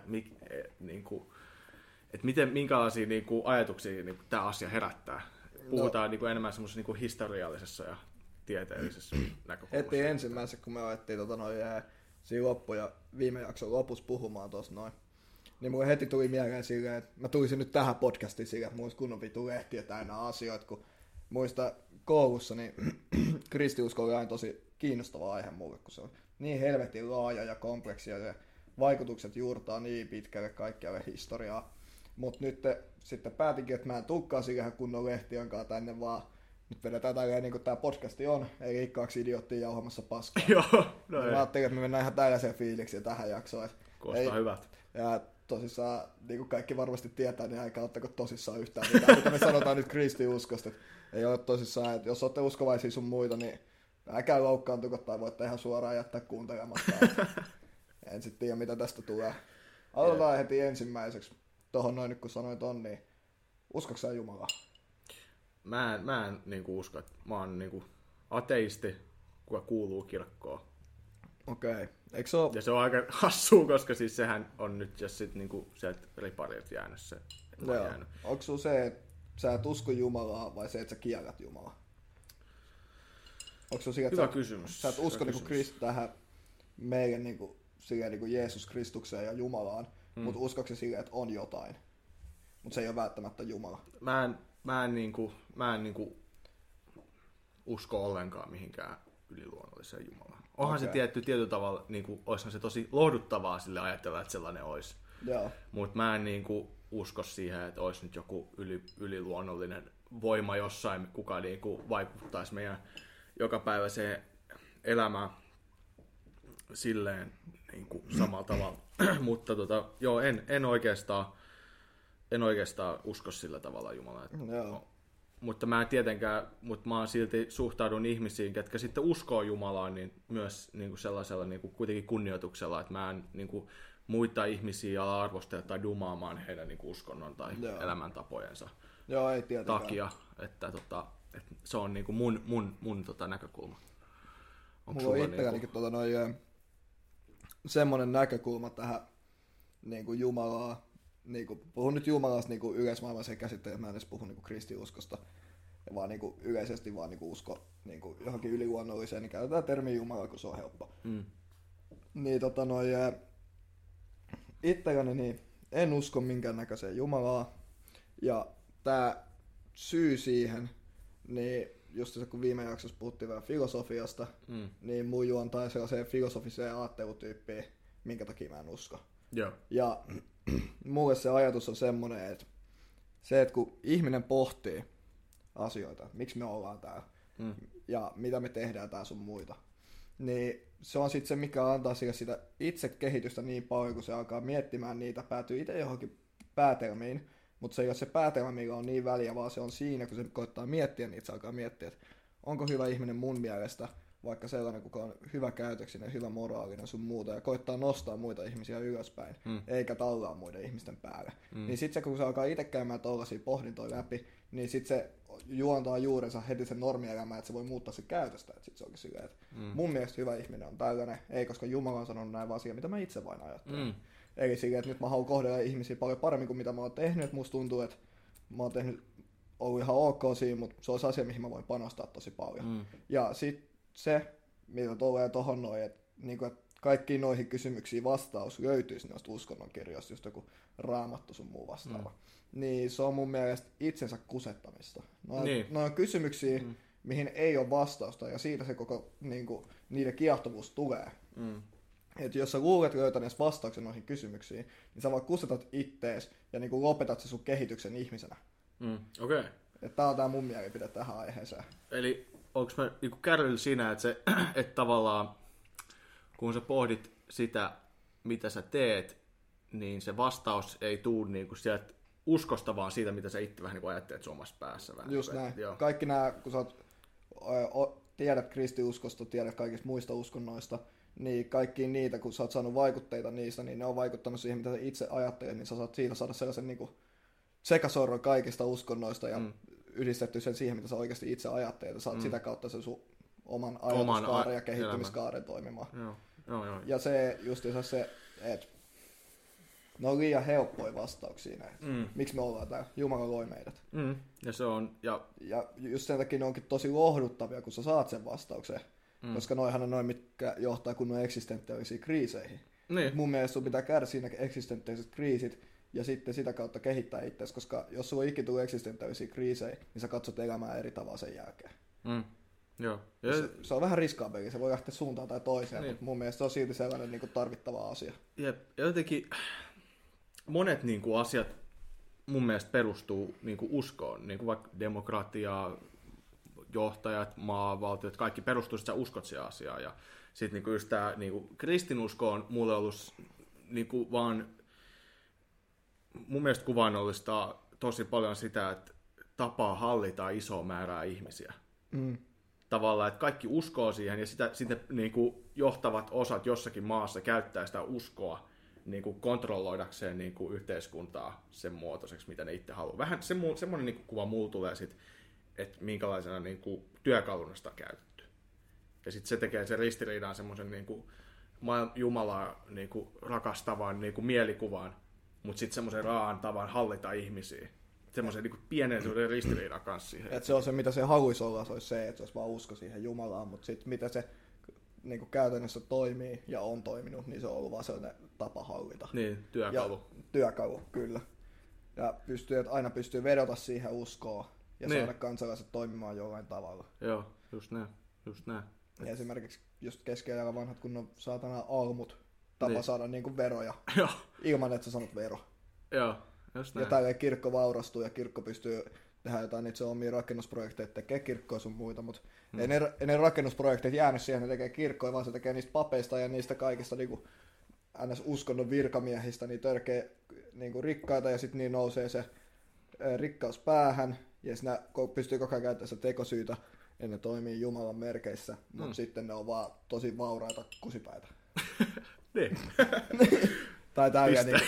minkälaisia ajatuksia tämä asia herättää. Puhutaan enemmän semmoisessa historiallisessa ja tieteellisessä näkökulmassa. Heti ensimmäisenä, kun me alettiin siinä viime jakson lopussa puhumaan tuossa noin, niin mulle heti tuli mieleen silleen, että mä tulisin nyt tähän podcastiin silleen, että mulla olisi kunnon vitu lehtiä täynnä asioita, kun muista koulussa, niin kristiusko oli aina tosi kiinnostava aihe mulle, kun se on niin helvetin laaja ja kompleksia ja vaikutukset juurtaa niin pitkälle kaikkialle historiaa. Mutta nyt sitten päätinkin, että mä en tulekaan siihen kunnon lehtiönkaan tänne, vaan nyt vedetään tälleen niin kuin tää podcasti on, eli 2 idioottia jauhamassa paskaa. Joo, no mä ajattelin, että me mennään ihan tällaiseen fiiliksiin tähän jaksoon. Kuulostaa hyvältä. Ja tosissaan, niin kuin kaikki varmasti tietää, niin älkää ottako tosissaan yhtään mitään, mitä me sanotaan nyt kristiuskosta. Ei ole tosissaan, että jos olette uskovaisia sun muita, niin älkää loukkaantuko tai voitte ihan suoraan jättää kuuntelematta. En sitten tiedä, mitä tästä tulee. Aloitetaan heti ensimmäiseksi. Tuohon noin nyt kun sanoit on, niin uskotko sä Jumalaa? Mä en niinku usko, että mä oon niinku ateisti, kuka kuuluu kirkkoon. Okei. Eikö se ole? Ja se on aika hassua, koska siis sehän on nyt jos sit niinku sieltä riparilta jäänyt se. Joo. Onko sulla se, että sä et usko Jumalaa vai se, että sä kiellät Jumalaa? Onko sulla hyvä kysymys. Sä et usko niinku tähän meille niinku, silleen, niinku Jeesus Kristukseen ja Jumalaan, mutta uskoksi silleen, että on jotain. Mutta se ei ole välttämättä Jumala. Mä en usko ollenkaan mihinkään yliluonnolliseen Jumalaan. Onhan se tietyllä tavalla, olisihan se tosi lohduttavaa sille ajatella, että sellainen olisi. Mutta mä en usko siihen, että olisi nyt joku yliluonnollinen voima jossain, kuka vaikuttaisi meidän jokapäiväiseen elämään silleen samalla tavalla. Mutta joo, en oikeastaan usko sillä tavalla Jumalaa. Mutta mä en tietenkään, mutta mä silti suhtaudun ihmisiin, ketkä sitten uskoo Jumalaan, niin myös sellaisella kuitenkin kunnioituksella, että mä en muita ihmisiä ala arvostella tai dumaamaan heidän uskonnon tai elämäntapojensa takia, että se on mun näkökulma. Mulla on itsellänikin semmoinen näkökulma tähän Jumalaa. Puhun nyt Jumalasta yleismaailmaisen käsitteen, mä en edes puhu kristiuskosta, vaan yleisesti vaan usko johonkin yliluonnolliseen, niin käytetään termiä Jumala, kun se on helppo. Niin itselläni niin en usko minkäännäköiseen Jumalaa, ja tää syy siihen, niin just kun viime jaksossa puhuttiin vähän filosofiasta, niin mun juontaa sellaiseen filosofiseen ajattelutyyppiin, minkä takia mä en usko. Ja mulle se ajatus on semmoinen, että kun ihminen pohtii asioita, miksi me ollaan täällä ja mitä me tehdään tää sun muita, niin se on sitten se, mikä antaa sille sitä itse kehitystä niin paljon, kun se alkaa miettimään niitä, päätyy itse johonkin päätelmiin, mutta se ei ole se päätelmä, millä on niin väliä, vaan se on siinä, kun se koittaa miettiä, niin se alkaa miettiä, että onko hyvä ihminen mun mielestä, vaikka sellainen, kuka on hyvä käytöksinen, hyvä moraalinen sun muuta, ja koittaa nostaa muita ihmisiä ylöspäin, eikä tallaa muiden ihmisten päälle. Niin sitten kun se alkaa itse käymään tollaisia pohdintoja läpi, niin sitten se juontaa juurensa heti sen normielämään, että se voi muuttaa se käytöstä. Että sit se onkin silleen, että mun mielestä hyvä ihminen on tällainen, ei koska Jumala on sanonut näin, vaan mitä mä itse vain ajattelen. Eli silleen, että nyt mä haluan kohdella ihmisiä paljon paremmin kuin mitä mä oon tehnyt, että musta tuntuu, että mä oon ollut ihan ok siinä, mutta se olisi asia, mihin mä voin panostaa tosi paljon. Ja sitten se, mitä tulee tohon noin, että kaikkiin noihin kysymyksiin vastaus löytyisi noista uskonnonkirjoista, just joku Raamattu sun muu vastaava. Niin se on mun mielestä itsensä kusettamista. Noi on kysymyksiä, mihin ei ole vastausta, ja siitä se koko niiden kiehtovuus tulee. Että jos sä luulet löytäneesi vastauksen noihin kysymyksiin, niin sä vaan kusetat ittees ja lopetat se sun kehityksen ihmisenä. Okei. Tää on tää mun mielipide tähän aiheeseen. Eli onko mä kärryllä siinä, että tavallaan kun sä pohdit sitä, mitä sä teet, niin se vastaus ei tule sieltä uskosta, vaan siitä, mitä sä itse vähän ajattelet sun omassa päässä. Just näin. Kaikki nämä, kun sä tiedät kristiuskosta, tiedät kaikista muista uskonnoista, niin kaikki niitä, kun sä oot saanut vaikutteita niistä, niin ne on vaikuttanut siihen, mitä sä itse ajattelet, niin sä saat siitä saada sellaisen sekasorron kaikista uskonnoista ja yhdistetty sen siihen, mitä sä oikeasti itse ajattelet, ja saat sitä kautta sen sun oman ajatuskaaren ja kehittymiskaaren toimimaan. Joo. Ja se justiinsa se, että ne on liian helppoja vastauksia näin. Miksi me ollaan täällä? Jumala loi meidät. Ja se on, ja just sen takia ne onkin tosi lohduttavia, kun sä saat sen vastauksen. Koska noihan on noin, mitkä johtaa kunnon eksistentiaalisiin kriiseihin. Niin. Mun mielestä sun pitää kärsiä ne eksistentiaaliset kriisit ja sitten sitä kautta kehittää itseäsi, koska jos sulla ikinä tulee eksistentiaalisia kriisejä, niin sä katsot elämää eri tavalla sen jälkeen. Joo. Se on vähän riskaabeli, se voi lähteä suuntaan tai toiseen, mutta mun mielestä se on silti sellainen tarvittava asia. Jep. Ja jotenkin monet asiat mun mielestä perustuu uskoon, vaikka demokratia, johtajat, maavaltiot, kaikki perustuu, että sä uskot siihen asiaan. Ja sitten just tämä kristinusko on mulle ollut vaan mun mielestä kuvainnollista tosi paljon sitä, että tapaa hallita isoa määrää ihmisiä. Tavallaan, että kaikki uskoo siihen ja sitten johtavat osat jossakin maassa käyttää sitä uskoa kontrolloidakseen yhteiskuntaa sen muotoiseksi, mitä ne itse haluaa. Vähän semmoinen kuva mulla tulee sitten, että minkälaisena työkaluna sitä on käytetty. Ja sitten se tekee sen ristiriidan semmoisen Jumalaa rakastavan mielikuvan, mutta sitten semmoisen raaan tavan hallita ihmisiä. Semmoisen pienen ristiriidan kanssa siihen. Et se on se, mitä se haluaisi olla, se olisi se, että se olisi vaan usko siihen Jumalaan, mutta sitten mitä se niin kuin käytännössä toimii ja on toiminut, niin se on ollut vaan sellainen tapa hallita. Niin, työkalu. Ja, työkalu, kyllä. Ja aina pystyy vedota siihen uskoon ja saada kansalaiset toimimaan jollain tavalla. Joo, just näin. Ja esimerkiksi just keskiajalla vanhat kunnon saatana almut tapa saada niinku veroja ilman, että sä sanot vero. Joo, just näin. Ja tälleen kirkko vaurastuu ja kirkko pystyy tehdä jotain itse omia rakennusprojekteja, tekee kirkkoa sun muita, mutta ei ne rakennusprojekteet jäänyt siihen, ne tekee kirkkoja, vaan se tekee niistä papeista ja niistä kaikista niinku ns. Uskonnon virkamiehistä, niin törkee niinku rikkaita ja sitten niin nousee se rikkaus päähän ja siinä pystyy koko ajan käyttämään sitä tekosyytä ja ne toimii Jumalan merkeissä, mutta sitten ne on vaan tosi vauraita kusipäitä. Niin. Tai täyjä niin.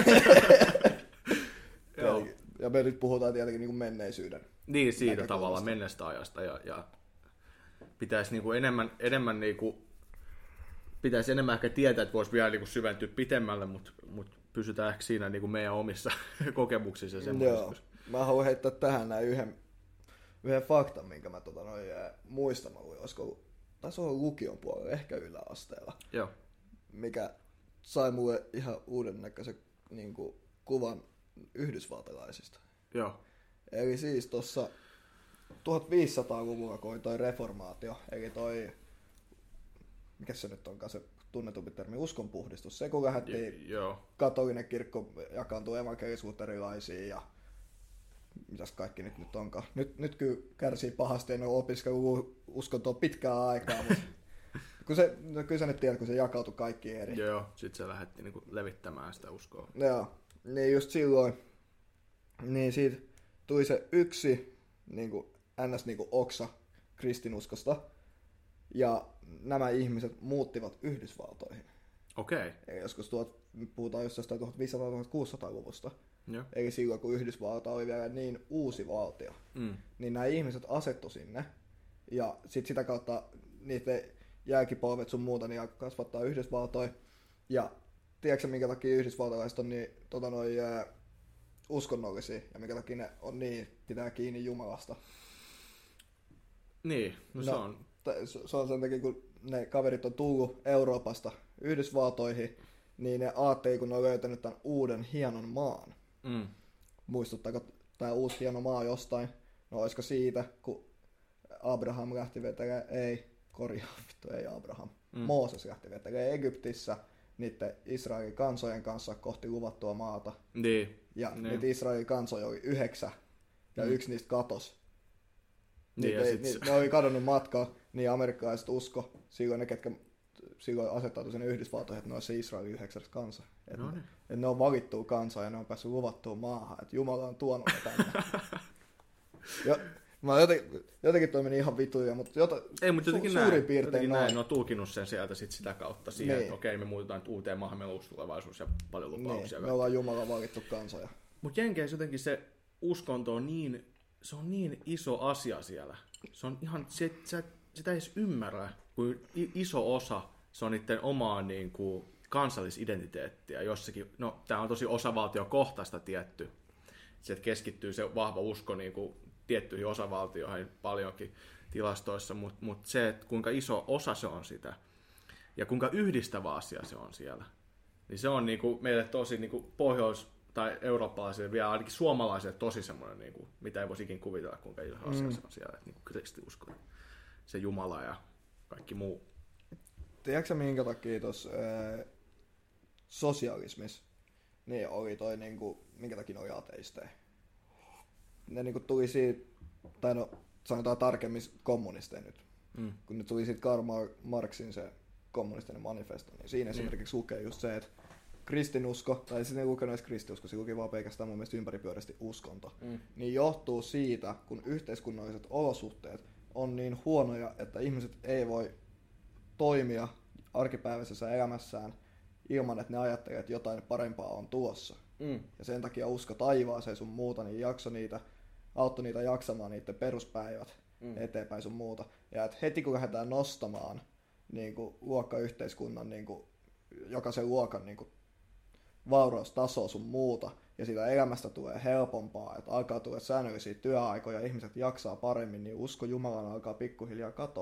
Ja me nyt puhutaan tietenkin niin kuin menneisyyden. Niin, siitä tavalla menneestä ajasta ja pitäisi niin kuin enemmän niin kuin, pitäisi enemmän ehkä tietää, että voisi vielä niin kuin syventyä pitemmälle, mutta pysytään ehkä siinä niin kuin meidän omissa kokemuksissa ja semmoisissa. Mä haluan heittää tähän näin yhden faktan, minkä mä muistan, olisiko taisi olla lukion puolella, ehkä yläasteella. Joo. Mikä sai mulle ihan uuden näköisen niin kuin, kuvan yhdysvaltalaisista. Joo. Eli siis tuossa 1500-luvulla, kun oli toi reformaatio, eli toi, mikä se nyt onkaan se tunnetumpi termi, uskonpuhdistus. Se kun lähdettiin, katolinen kirkko jakaantui evankelis-luterilaisiin ja mitäs kaikki nyt onkaan. Nyt kyllä kärsii pahasti, en ole opiskellut uskontoa pitkään aikaa, mutta kyllä sä nyt tiedät, kun se jakautui kaikki eri. Joo, sit se lähdettiin niinku levittämään sitä uskoa. Joo, niin just silloin, niin siitä tuli se yksi niinku, ns. Niinku oksa kristinuskosta, ja nämä ihmiset muuttivat Yhdysvaltoihin. Okei. Eli joskus puhutaan just jostain 1500-1600-luvusta. Joo. Eli silloin, kun Yhdysvalta oli vielä niin uusi valtio, niin nämä ihmiset asettu sinne, ja sit sitä kautta niiden jälkipolvet sun muuta niin kasvattaa Yhdysvaltoja. Ja tiedätkö minkä takia yhdysvaltalaiset on niin uskonnollisia ja minkä takia ne on niin pitää kiinni Jumalasta? Niin, se on. Se on sen takia, kun ne kaverit on tullut Euroopasta Yhdysvaltoihin, niin ne ajatteli, kun ne on löytänyt tämän uuden hienon maan. Muistuttaako tämä uusi hieno maa jostain? No olisiko siitä, kun Abraham lähti vetelemään, ei Abraham. Mooses lähti vetelemään Egyptissä niiden Israelin kansojen kanssa kohti luvattua maata. Niin. Ja niitä Israelin kansoja oli 9 ja yksi niistä katosi. Niin, ne oli kadonnut matkaa, niin amerikkalaiset usko silloin ne, ketkä silloin asettautui sinne Yhdysvaltoihin, että ne olisi se Israelin 9. kansa. Että ne on valittua kansaa ja ne on päässyt luvattuun maahan. Että Jumala on tuonut ne tänne. Mä jotenkin toi meni ihan vituja, mutta suurin piirtein näin. Ne on tulkinut sen sieltä sitä kautta siihen, että okei, me muutetaan nyt uuteen maahan, meillä on uusi tulevaisuus ja paljon lupauksia. Niin, me ollaan Jumalan valittu kansa. Mutta Jenkeissä jotenkin se uskonto on niin iso asia siellä. Se on ihan, sitä ei edes ymmärrä, kun iso osa se on niiden omaa niin kuin kansallisidentiteettiä jossakin. No, tää on tosi osavaltiokohtaista tietty. Se keskittyy se vahva usko niin kuin tiettyihin osavaltioihin paljonkin tilastoissa, mutta se, että kuinka iso osa se on sitä ja kuinka yhdistävä asia se on siellä, niin se on niinku meille tosi niinku pohjois- tai eurooppalaisille, vielä ainakin suomalaisille tosi semmoinen, niinku, mitä ei voisi ikin kuvitella, kuinka iso asia se on siellä, että niinku kristiusko, se Jumala ja kaikki muu. Tiedätkö minkä takia tuossa sosialismissa niin oli toi, niinku, minkä takia ne oli ateisteja? Ne niinku tuli siitä, tai no sanotaan tarkemmin kommunisteja nyt, kun ne tuli siitä Karl Marxin se kommunistinen manifesto, niin siinä esimerkiksi lukee just se, että kristinusko, tai sitten ei lukenut edes kristiusko, se luki vaan pelkästään mun mielestä ympäripyöräisesti uskonto, niin johtuu siitä, kun yhteiskunnalliset olosuhteet on niin huonoja, että ihmiset ei voi toimia arkipäiväisessä elämässään ilman, että ne ajattelee, että jotain parempaa on tuossa. Ja sen takia usko taivaaseen sun muuta, niin auttoi niitä jaksamaan niiden peruspäivät eteenpäin sun muuta. Ja että heti kun lähdetään nostamaan niin kuin luokkayhteiskunnan, niin kuin, jokaisen luokan niin kuin, vauraustasoa sun muuta, ja siitä elämästä tulee helpompaa, että alkaa tulla säännöllisiä työaikoja, ihmiset jaksaa paremmin, niin usko Jumalaan alkaa pikkuhiljaa katomaan.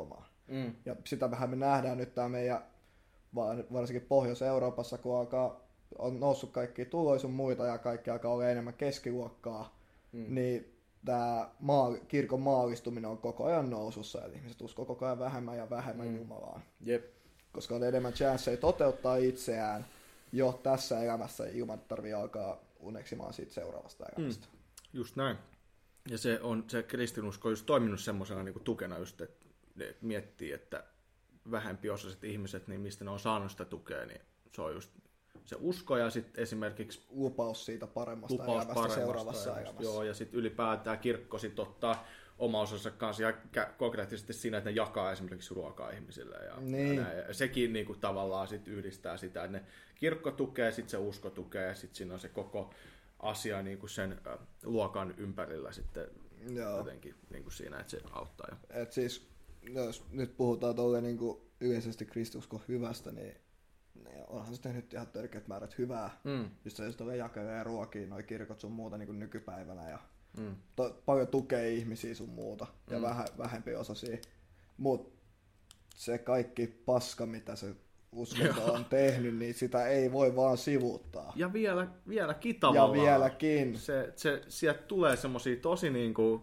Ja sitä vähän me nähdään nyt tää meidän, varsinkin Pohjois-Euroopassa, kun on noussut kaikkia tuloja sun muita ja kaikki alkaa olla enemmän keskiluokkaa, niin tämä kirkon maallistuminen on koko ajan nousussa, eli ihmiset uskoo koko ajan vähemmän ja vähemmän Jumalaan. Jep. Koska on enemmän chanceja toteuttaa itseään jo tässä elämässä ilman, että tarvii alkaa uneksimaan siitä seuraavasta elämästä. Just näin. Ja se kristinusko on just toiminut semmoisena niin kuin tukena, just, että miettii, että vähempiosaiset ihmiset, niin mistä ne on saanut sitä tukea, niin se on just se usko ja sitten esimerkiksi lupaus siitä paremmasta elämästä seuraavassa elämässä. Joo, ja sitten ylipäätään kirkko sit ottaa oma osansa kanssa ja konkreettisesti siinä, että ne jakaa esimerkiksi ruokaa ihmisille. Ja sekin niinku tavallaan sit yhdistää sitä, että ne kirkko tukee, sitten se usko tukee ja sitten siinä on se koko asia niinku sen luokan ympärillä sitten jotenkin niinku siinä, että se auttaa. Et siis, jos nyt puhutaan tolleen niinku yleisesti kristinuskon hyvästä, niin onhan se tehnyt ihan törkeät määrät hyvää. Just se, jos tulee jakelee ja ruokii noi kirkot sun muuta niin kuin nykypäivänä. Ja paljon tukee ihmisiä sun muuta ja vähempi osasia. Mut se kaikki paska, mitä se uskonto on tehnyt, niin sitä ei voi vaan sivuuttaa. Ja vieläkin tavallaan. Ja vieläkin. Sieltä tulee semmosia tosi niinku,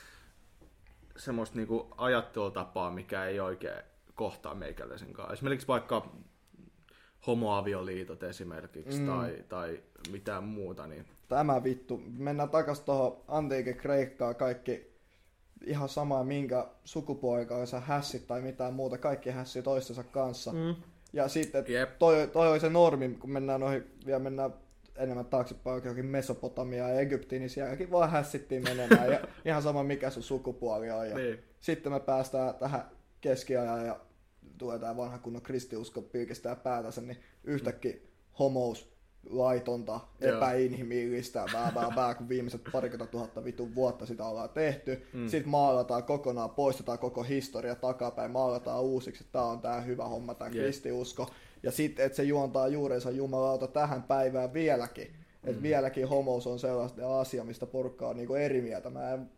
semmoista niinku ajattelutapaa, mikä ei oikein kohtaa meikäläisen kanssa. Esimerkiksi vaikka homoavioliitot esimerkiksi tai mitään muuta. Niin. Tämä vittu. Mennään takas tuohon antiikin Kreikkaan, kaikki ihan sama minkä sukupuolikaan sä hässit tai mitään muuta, kaikki hässi toistensa kanssa. Ja sitten toi oli se normi, kun mennään enemmän taaksepäin johonkin Mesopotamiaan ja Egyptiin, niin sielläkin vaan hässittiin menemään ja ihan sama mikä sun sukupuoli on. Ja sitten me päästään tähän keskiajan ja tulee tää vanha kunnon kristiusko pilkistää päätänsä, niin yhtäkkiä homous, laitonta, epäinhimillistä, kun viimeiset 20 000 vitun vuotta sitä ollaan tehty. Sitten maalataan kokonaan, poistetaan koko historia takapäin, maalataan uusiksi, että tää on tää hyvä homma, tää kristiusko. Ja sitten, että se juontaa juurensa jumalauta tähän päivään vieläkin. Että vieläkin homous on sellaista asia, mistä porukka on niinku eri mieltä. Mä en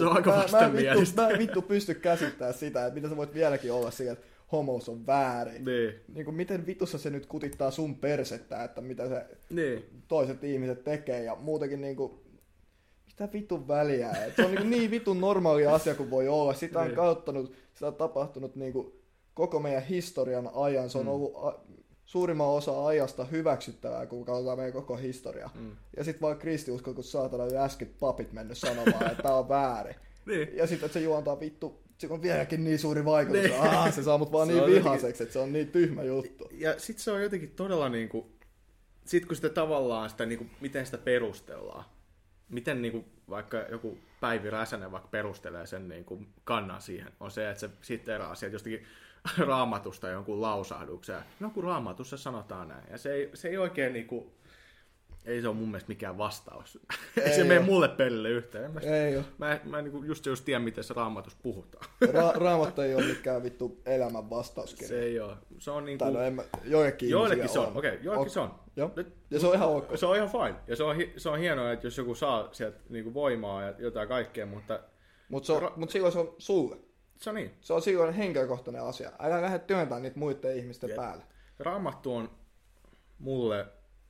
vittu pysty käsittämään sitä, että miten sä voit vieläkin olla sillä, että homous on väärin. Niin kuin miten vitussa se nyt kutittaa sun persettä, että mitä se toiset ihmiset tekee ja muutenkin niinku, mitä vitun väliä. Et se on niin vitun normaali asia kuin voi olla. Sitä on kauttanut, sitä on tapahtunut niinku koko meidän historian ajan. Se on ollut suurimman osa ajasta hyväksyttävää, kun katsotaan meidän koko historiaa. Ja sitten vaan kristiusko, kun saatana jo äsken papit mennyt sanomaan, että tää on väärin. Ja sitten se juontaa vittu, se on vieläkin niin suuri vaikutus. Se saa mut vaan niin vihaseksi, että se on niin tyhmä juttu. Ja sit se on jotenkin todella niinku, sit kun sitä tavallaan sitä niinku, miten sitä perustellaan. Miten niinku vaikka joku Päivi Räsänen vaikka perustelee sen niinku kannan siihen, on se, että se sitten eroaa sieltä jostakin Raamatusta jonkun lausahdukseen. No kun Raamatussa sanotaan näin. Ja se ei oikein niinku, ei se ole mun mielestä mikään vastaus. Ei se mene mulle perille yhtään. Mä niinku just tiedän, miten se Raamatussa puhutaan. Raamattu ei ole mikään vittu elämän vastauskirja. Se ei ole. Se on niinku, joillekin se on. Okei, joillekin se on. Joo. Ja se on ihan ok. Se on ihan fine. Ja se on hienoa, että jos joku saa sieltä niinku voimaa ja jotain kaikkea, mutta silloin se on sulle. Se on niin. Se on silloin henkilökohtainen asia. Älä lähde työntämään niitä muiden ihmisten päälle. Raamattu on mulle,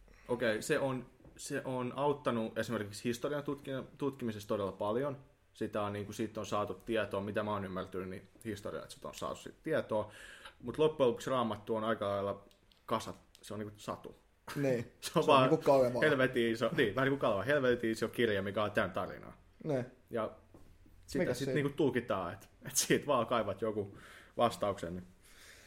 se on auttanut esimerkiksi historian tutkimisessa todella paljon. Siitä on saatu tietoa, mitä mä oon ymmärtänyt, niin historiasta on saatu siitä tietoa. Mutta loppujen lopuksi Raamattu on aika lailla se on niinku satu. Niin, se on vaan niinku Kaleva. Helvetin iso, niin, vähän niin kuin Kaleva, helvetin iso kirja, mikä on tämän tarinaa. Ne. Ja sitä sitten niinku tulkitaan, että siitä vaan kaivat joku vastauksen. Niin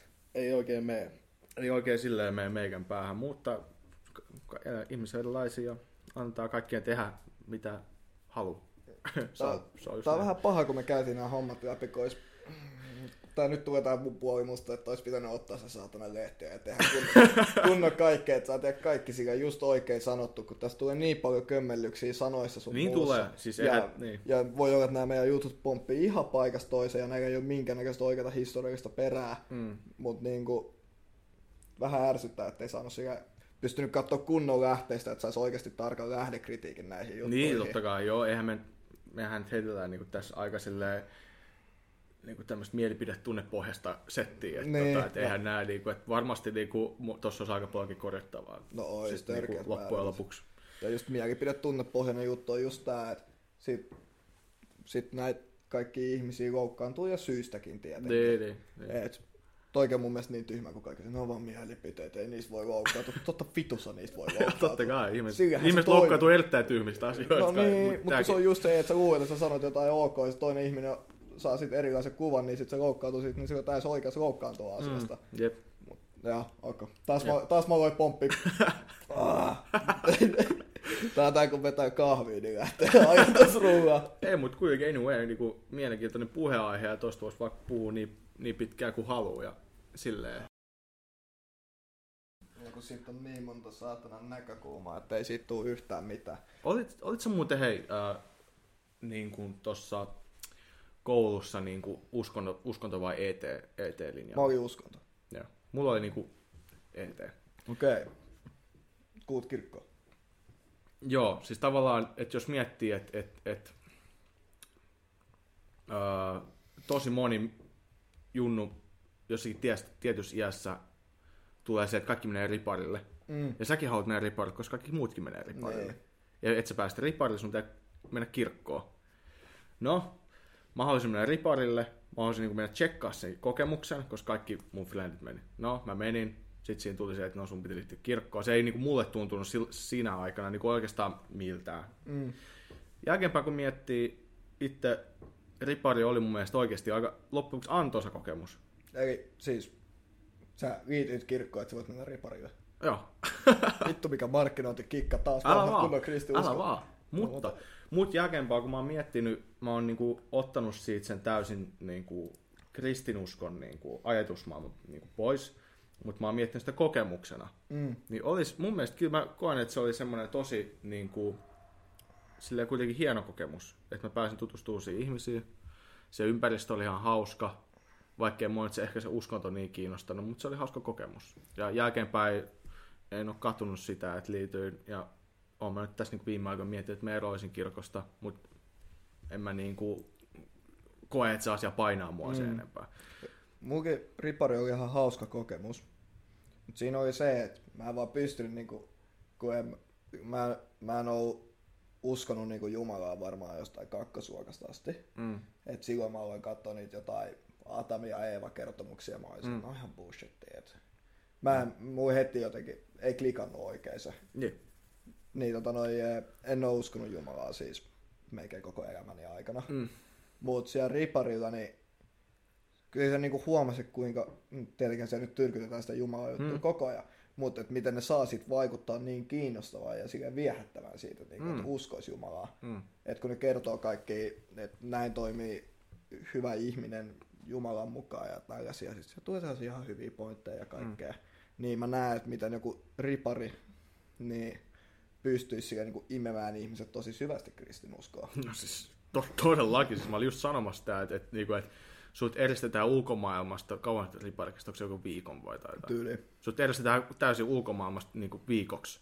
ei oikein silleen mene meikän päähän, mutta ihmiset on erilaisia ja antaa kaikkien tehdä mitä haluaa. Tää on vähän paha, kun me käytiin nämä hommat läpi, kun tää nyt tulee tää mun puoli musta, että olisi pitänyt ottaa se saatana lehtiä ja tehdä kunnon kaikkea, että saa tehdä kaikki sillä just oikein sanottu, kun tässä tulee niin paljon kömmellyksiä sanoissa sun niin muussa. Tulee. Siis niin. Ja voi olla, että nämä meidän jutut pomppii ihan paikasta toiseen ja näillä ei ole minkäännäköistä oikeata historiallista perää, mutta niinku vähän ärsyttää, ettei saanut sillä pystynyt katsoa kunnon lähteistä, että saisi oikeasti tarkan lähdekritiikin näihin juttuihin. Niin, totta kai, joo. Mehän heitetään niin tässä aika silleen niinku tämmöistä mielipidetunnepohjasta settiä, että niin, et eihän nää niinku, että varmasti niinku tuossa olisi aika paljonkin korjattavaa. No ois siis niinku loppujen lopuksi. Ja just mielipidetunnepohjainen juttu on just tää, että sit näitä kaikki ihmisiä loukkaantuu ja syystäkin tietenkin. Niin. Et toikin on mun mielestä niin tyhmä kuin kaikki, ne on vaan mielipiteet, ei niistä voi loukkaantua. Totta vitussa niistä voi loukkaantua. Totta kai, ihmiset loukkaantuu erittäin tyhmistä asioista. No niin, mutta se on just se, että sä luulet, että sä sanot jotain ok, ja toinen ihminen saa sitten erilaisen kuvan, niin sitten se loukkaantuu, niin se on täysin oikeassa loukkaantua asiasta. Jep. Ja, okay. Taas mä voin pomppi. Tää kun vetää kahvia, niin lähtee ajatusruuaa. Ei, mutta kuitenkin anyway, niinku mielenkiintoinen puheenaihe, ja tosta voisi vaikka puhua niin pitkään kuin haluaa, ja silleen. Ja kun siitä on niin monta saatanan näkökulmaa, että ei siitä tule yhtään mitään. Olit sä muuten, hei, niin kuin tuossa koulussa niin kuin uskonto vai ET-linja? Mä olin uskonto. Joo. Mulla oli niin kuin ET. Okei. Kuut kirkkoon. Joo, siis tavallaan, että jos miettii, että tosi moni junnu jossakin tietyssä iässä tulee se, että kaikki menee riparille. Ja säkin haluat mennä riparille, koska kaikki muutkin menee riparille. Ja et sä päästä riparille, sun pitää mennä kirkkoon. No, mä haluaisin mennä riparille, mä haluaisin niin mennä tsekkaa sen kokemuksen, koska kaikki mun friendit meni. No, mä menin, sitten siinä tuli se, että no sun piti liittyä kirkkoon. Se ei niin kuin mulle tuntunut siinä aikana niin kuin oikeastaan miltään. Jälkeenpäin kun miettii, itse ripari oli mun mielestä oikeasti aika loppuksi antoisa kokemus. Eli siis sä liityit kirkkoon, että sä voit mennä riparille. Joo. Vittu mikä markkinointikikka taas. Älä vaan. Mutta jälkeenpäin kun mä oon miettinyt, mä oon niinku ottanut siitä sen täysin niinku kristinuskon niinku ajatusmaailman niinku pois, mutta mä oon miettinyt sitä kokemuksena. Niin olisi mun mielestä, kyllä mä koen, että se oli semmoinen tosi niinku, silleen kuitenkin hieno kokemus, että mä pääsin tutustumaan siihen ihmisiin. Se ympäristö oli ihan hauska, vaikkei mua se ehkä se uskonto niin kiinnostanut, mutta se oli hauska kokemus. Ja jälkeenpäin en ole katunut sitä, että liityin, ja oon mä nyt tässä niin viime aikoina miettinyt, että mä eroisin kirkosta, mutta en mä niin kuin koe, että se asia painaa mua sen enempää. Munkin ripari oli ihan hauska kokemus, mutta siinä oli se, että mä en vaan pystynyt, niin kuin, kun mä en ole uskonut niin kuin Jumalaa varmaan jostain kakkosluokasta asti. Et silloin mä aloin katsoa niitä jotain Adam ja Eeva-kertomuksia, mä olisin, no ihan bullshittia. Mun heti jotenkin ei klikannut oikein se. Niin, en ole uskonut Jumalaa siis melkein koko elämäni aikana. Mutta siellä riparilla, niin kyllä se niinku huomasi, kuinka, tietenkin se nyt tyrkytetään sitä Jumalaa juttua koko ajan, mutta miten ne saa sit vaikuttaa niin kiinnostavaa ja silleen viehättävän siitä, että uskoisi Jumalaa. Että kun ne kertoo kaikki, että näin toimii hyvä ihminen Jumalan mukaan ja tällaisia, siis se tulee sellaisia ihan hyviä pointteja ja kaikkea. Niin mä näen, että miten joku ripari niin pystyisi siihen niin imemään ihmiset tosi syvästi kristinuskoon. No siis todellakin. Siis mä olin just sanomassa sitä, että sut eristetään ulkomaailmasta, kauan riparikasta, onko se joku viikon vai jotain? Tyyli. Sut eristetään täysin ulkomaailmasta niin kuin viikoksi.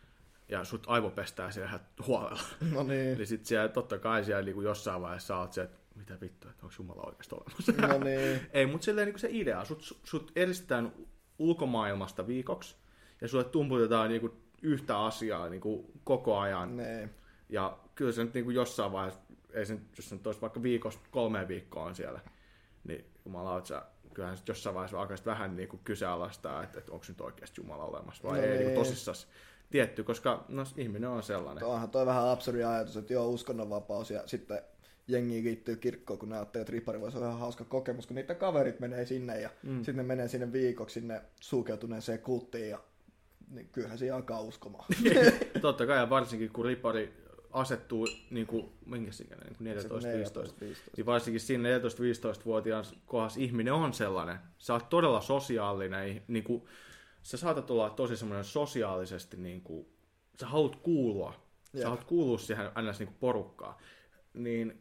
Ja sut aivopestää siellä ihan huolella. No niin. Eli sit siellä totta kai siellä niin kuin jossain vaiheessa oot se, että mitä vittua, että onko Jumala oikeasti olemassa. No niin. Ei, mutta silleen niin se idea. Sut eristetään ulkomaailmasta viikoksi ja sulle tumputetaan niin kuin yhtä asiaa niin kuin koko ajan. Nee. Ja kyllä se nyt niin kuin jossain vaiheessa, ei se nyt, jos se nyt olisi vaikka 3 viikkoa on siellä, niin jumalauta, kyllähän sit jossain vaiheessa alkaisit vähän niin kuin kyseenalaistaa, että onko nyt oikeasti Jumala olemassa vai ei niin tosissaan tietty, koska no, ihminen on sellainen. Onhan toi vähän absurdi ajatus, että joo, uskonnonvapaus ja sitten jengi liittyy kirkkoon, kun ne ajattelee, että ripari voisi olla ihan hauska kokemus, kun niiden kaverit menee sinne ja sitten ne menee sinne viikoksi sinne sulkeutuneeseen kulttiin ja niin kyllähän se alkaa uskomaan. Totta kai, ja varsinkin kun ripari asettuu niin kuin, minkä siinä, niin 14-15, niin varsinkin siinä 14-15-vuotiaan kohdassa ihminen on sellainen. Sä oot todella sosiaalinen, niin kuin, sä saatat olla tosi semmoinen sosiaalisesti, niin kuin, sä haluat kuulua. Sä haluat kuulua siihen ns. Niin kuin porukkaan. Niin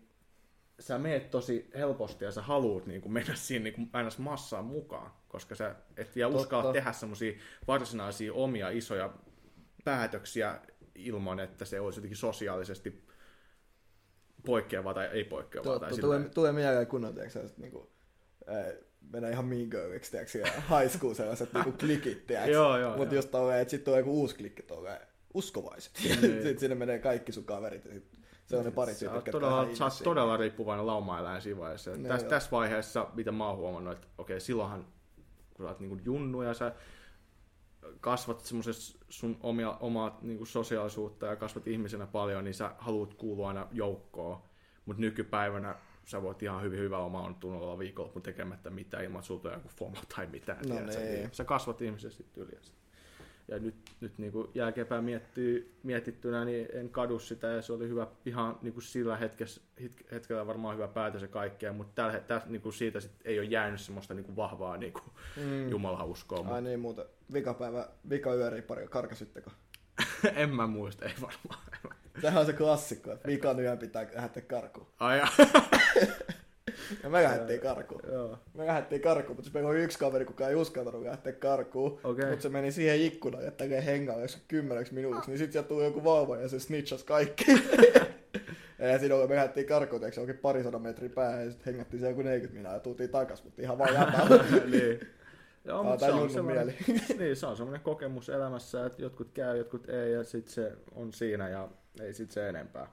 sä meet tosi helposti ja sä haluut niin kuin mennä siihen niin kuin ns. Massaan mukaan, koska sä et vielä uskalla tehdä semmosia varsinaisia omia isoja päätöksiä ilman, että se olisi jotenkin sosiaalisesti poikkeavaa tai ei poikkeavaa. Tulee mieleen kunnon, niinku menee ihan Mean Girliksi, tiiäks, high school sellaiset niinku klikit, tiiäks. Mutta just tolleen, että sit tulee joku uusi klikki tolleen, uskovaiset. Sitten sinne menee kaikki sun kaverit ja sit se on ne parit tyypit, sä oot todella riippuvainen laumaeläin siinä vaiheessa. Tässä vaiheessa, mitä mä oon huomannut, että okei, silloinhan kun sä oot niinku junnu ja sä kasvat semmoisessa sun omaa niinku sosiaalisuutta ja kasvat ihmisenä paljon, niin sä haluat kuulua aina joukkoon. Mutta nykypäivänä sä voit ihan hyvä oman tunnolla viikonloppuun tekemättä mitään ilman, että sulta on joku FOMO tai mitään. Sä kasvat ihmisen sitten yli. Ja nyt niin kuin jälkeenpäin mietittynä, niin en kadu sitä, ja se oli hyvä ihan niin kuin sillä hetkellä varmaan hyvä päätös ja kaikkea, mutta niin kuin siitä sit ei ole jäänyt semmoista niin kuin vahvaa niin kuin jumalauskoa. Ai niin, muuten vikayöriipari, karkasitteko? En mä muista, ei varmaan. Sehän on se klassikko, että vikan yön pitää lähteä karkuun. Ai ja me lähdettiin karkuun. Mutta meillä oli yksi kaveri, kuka ei uskaltanut lähteä karkuun. Okay. Mutta se meni siihen ikkunaan ja tekee hengalle 10 minuutiksi. Niin sit sieltä tuli joku vauva ja se snitchas kaikki. ja siinä me lähdettiin karkuun, se onkin 200 metriä päähän ja sitten hengättiin siellä joku 40 minuuttia ja tultiin takas, mutta ihan vaan jämällä. Niin. Joo, mutta se on semmoinen kokemus elämässä, että jotkut käy, jotkut ei, ja sitten se on siinä, ja ei sitten se enempää.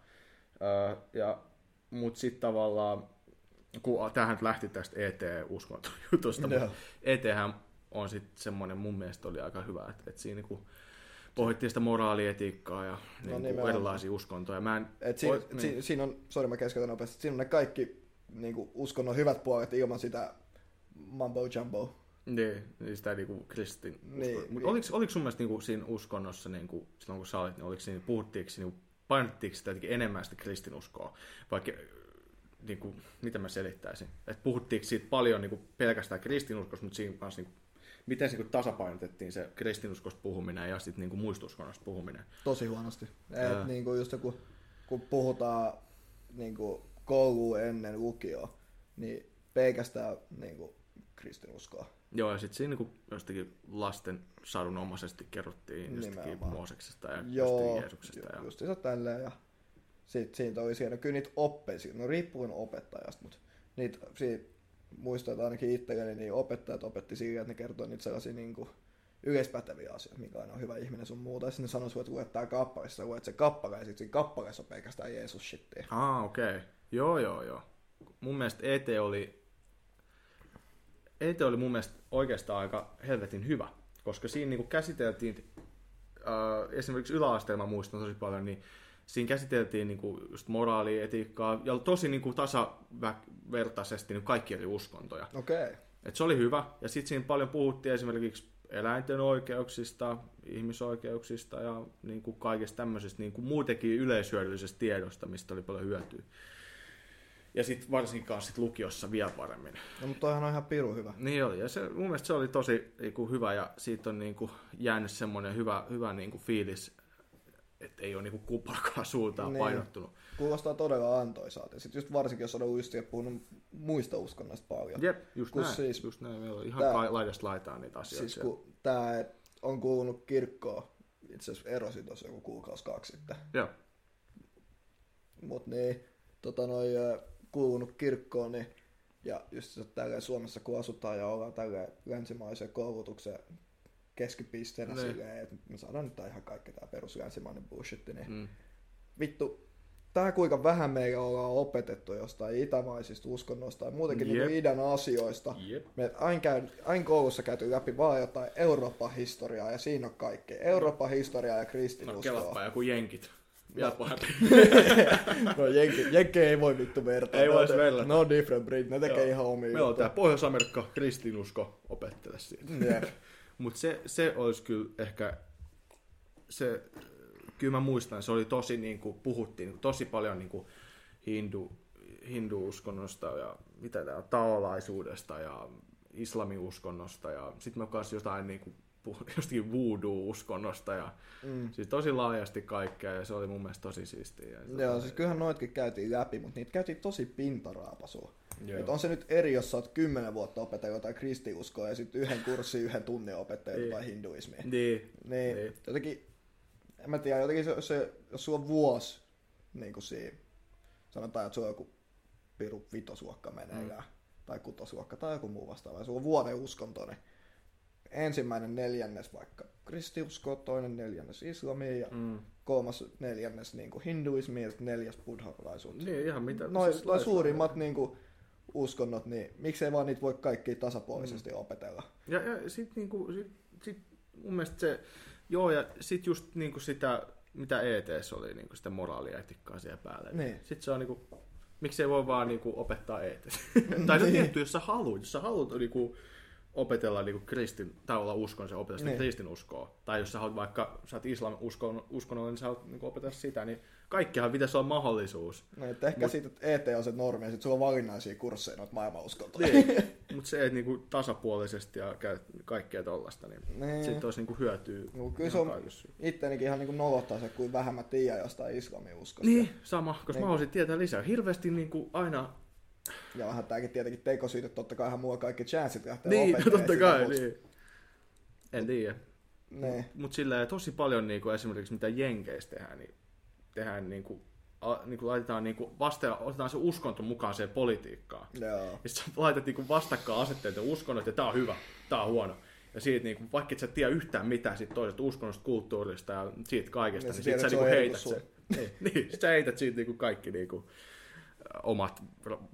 Mutta sitten tavallaan, kun tämähän lähti tästä ET-uskontojutusta, mutta ET-hän on sitten semmoinen, mun mielestä oli aika hyvä, että siinä niinku pohittiin sitä moraalietiikkaa ja niinku erilaisia uskontoja. Siinä on, sori mä keskeytän nopeasti, siinä on ne kaikki niinku uskonnon hyvät puolet ilman sitä mambo jumbo. Niin sitä niinku kristin. Mutta oliko sun mielestä niinku siinä uskonnossa, niinku, silloin kun sä olit, niin oliko siinä, painottiinko sitä enemmän sitä kristinuskoa? Vaikka, niinku, mitä mä selittäisin? Et puhuttiinko siitä paljon niinku, pelkästään kristinuskosta, mutta siinä kanssa, niinku, miten se niinku, tasapainotettiin se kristinuskosta puhuminen ja sitten niinku, muista uskonnosta puhuminen? Tosi huonosti. Niinku, just kun puhutaan niinku, kouluun ennen lukioa, niin pelkästään niinku, kristinuskoa. Joo, ja sitten siinä niin jostakin lasten sadunomaisesti kerrottiin jostakin Mooseksesta ja jostakin Jeesuksesta. Justiinsa tälleen. Ja sitten siitä oli siellä, kyllä niitä oppeja, no riippuen opettajasta, mutta niitä muistan, että ainakin itselleni niin opettajat opetti siihen, että ne kertoo niitä sellaisia niin kuin yleispäteviä asioita, mikä aina on hyvä ihminen sun muuta. Ja sitten ne sanoisivat, että luet tää kappaleessa, luet se kappale, ja sitten siinä kappaleessa on pelkästään Jeesus shittiä. Okei. Joo. Mun mielestä ET oli mun mielestä oikeastaan aika helvetin hyvä, koska siinä niinku käsiteltiin, esimerkiksi yläasteella mä muistan tosi paljon, niin siinä käsiteltiin niinku just moraalietiikkaa ja tosi niinku tasavertaisesti niinku kaikki eri uskontoja. Okay. Et se oli hyvä, ja sitten siinä paljon puhuttiin esimerkiksi eläinten oikeuksista, ihmisoikeuksista ja niinku kaikesta tämmöisestä niinku muutenkin yleishyödyllisestä tiedosta, mistä oli paljon hyötyä. Ja sitten varsinkaan sit lukiossa vielä paremmin. No, mutta toihan on ihan pirun hyvä. Niin oli, ja mun mielestä se oli tosi hyvä, ja siitä on jäänyt semmoinen hyvä fiilis, että ei ole kumpaakaan suuntaan painottunut. Kuulostaa todella antoisalta. Ja sitten just varsinkin, jos on uistia puhunut muista uskonnoista paljon. Jep, just näin. Meillä on ihan laidasta laitaan niitä asioita. Siis kun tämä on kuulunut kirkkoon, itse asiassa erosin tuossa joku kuukausi 2 sitten. Joo. Mut niin, kuulunut kirkkoon, niin, ja just tälleen Suomessa kun asutaan ja ollaan tälleen länsimaisen koulutuksen keskipisteenä silleen, että me saadaan nyt ihan kaikki tää perus länsimainen bullshit, niin vittu, tää kuinka vähän meillä ollaan opetettu jostain itämaisista uskonnoista tai muutenkin niin idän asioista. Me aina koulussa käyty läpi vaan jotain Euroopan historiaa ja siinä on kaikkea. Euroopan historiaa ja kristinuskoa. No kelappa joku jenkit. No jenkkejä ei voi vittu vertaa. Ei voisi verrata. No different breed, ne tekee ihan omia. Meillä on tää Pohjois-Amerikka, kristinusko, opettele siitä. Yeah. Mut se olisi kyllä ehkä, kyllä mä muistan, se oli tosi puhuttiin tosi paljon hindu-uskonnosta ja mitä tää taolaisuudesta ja islamiuskonnosta ja sit mä kanssa jotain jostakin voodoo-uskonnosta ja siis tosi laajasti kaikkea ja se oli mun mielestä tosi siistiä. Joo, siis kyllähän noitkin käytiin läpi, mutta niitä käytiin tosi pintaraapasua. On se nyt eri, jos sä oot 10 vuotta opettanut jotain kristiuskoa ja sitten yhden kurssin 1 tunnin opettanut jotain hinduismia. Niin. Jotenkin, en mä tiedä, jotenkin jos sulla on vuosi niin kuin siinä, sanotaan, että sulla on joku piru vitosluokka meneillään, tai kutosluokka tai joku muu vastaava, ja sulla on vuoden uskonto, niin ensimmäinen neljännes vaikka kristiusko, toinen neljännes islamia ja kolmas neljännes niin kuin hinduismia ja sitten neljäs buddhalaisuutta. Niin, ihan mitä. Noi suurimmat niin kuin uskonnot, niin miksei vaan niitä voi kaikki tasapuolisesti opetella. Ja sitten niinku, sit mun mielestä se, joo, ja sitten just niinku sitä, mitä ETS oli, niinku sitä moraalietiikkaa siellä päällä. Niin. Sitten se on niinku, miksei voi vaan niinku opettaa ETS. Tai se on tietty, jos sä haluat niinku opetella niinku tai olla uskonnollisen, opetella sitä kristinuskoa. Tai jos sä haluat vaikka, sä oot islam uskonnollinen, niin sä haluat niinku opetella sitä, niin kaikkihan pitäisi olla mahdollisuus. No, että ehkä siitä, että ET on se normi, ja sitten sulla on valinnaisia kursseja noita maailmanuskontoja. Niin. Mutta se, että niinku tasapuolisesti ja kaikkea tollaista, niin sitten olisi niinku hyötyä. No, kyllä se on ittenikin ihan niinku nolottaa se, kuin vähemmän mä tiedän jostain islamin uskosta. Niin, sama, koska mä haluaisin tietää lisää. Hirveästi niinku aina. Ja vähän tääkin tietenkin tekosyyt, että totta kaihan mulla kaikki chanssit lähtee niin, opettamaan. Totta kai, niin. En tiedä. Niin. Mutta sillä tosi paljon niinku esimerkiksi mitä Jenkeissä tehdään niinku laitetaan niinku otetaan se uskonto mukaan siihen politiikkaan. Joo. Ja sitten laitat niinku vastakkain asetteet ja uskonnot, että tää on hyvä, tää on huono. Ja siitä niinku, vaikka et sä tiedä yhtään mitään siitä toisesta uskonnosta, kulttuurista ja siitä kaikesta, niin sit sä niinku heität sen. Niin, sit sä heität siitä niinku kaikki niinku omat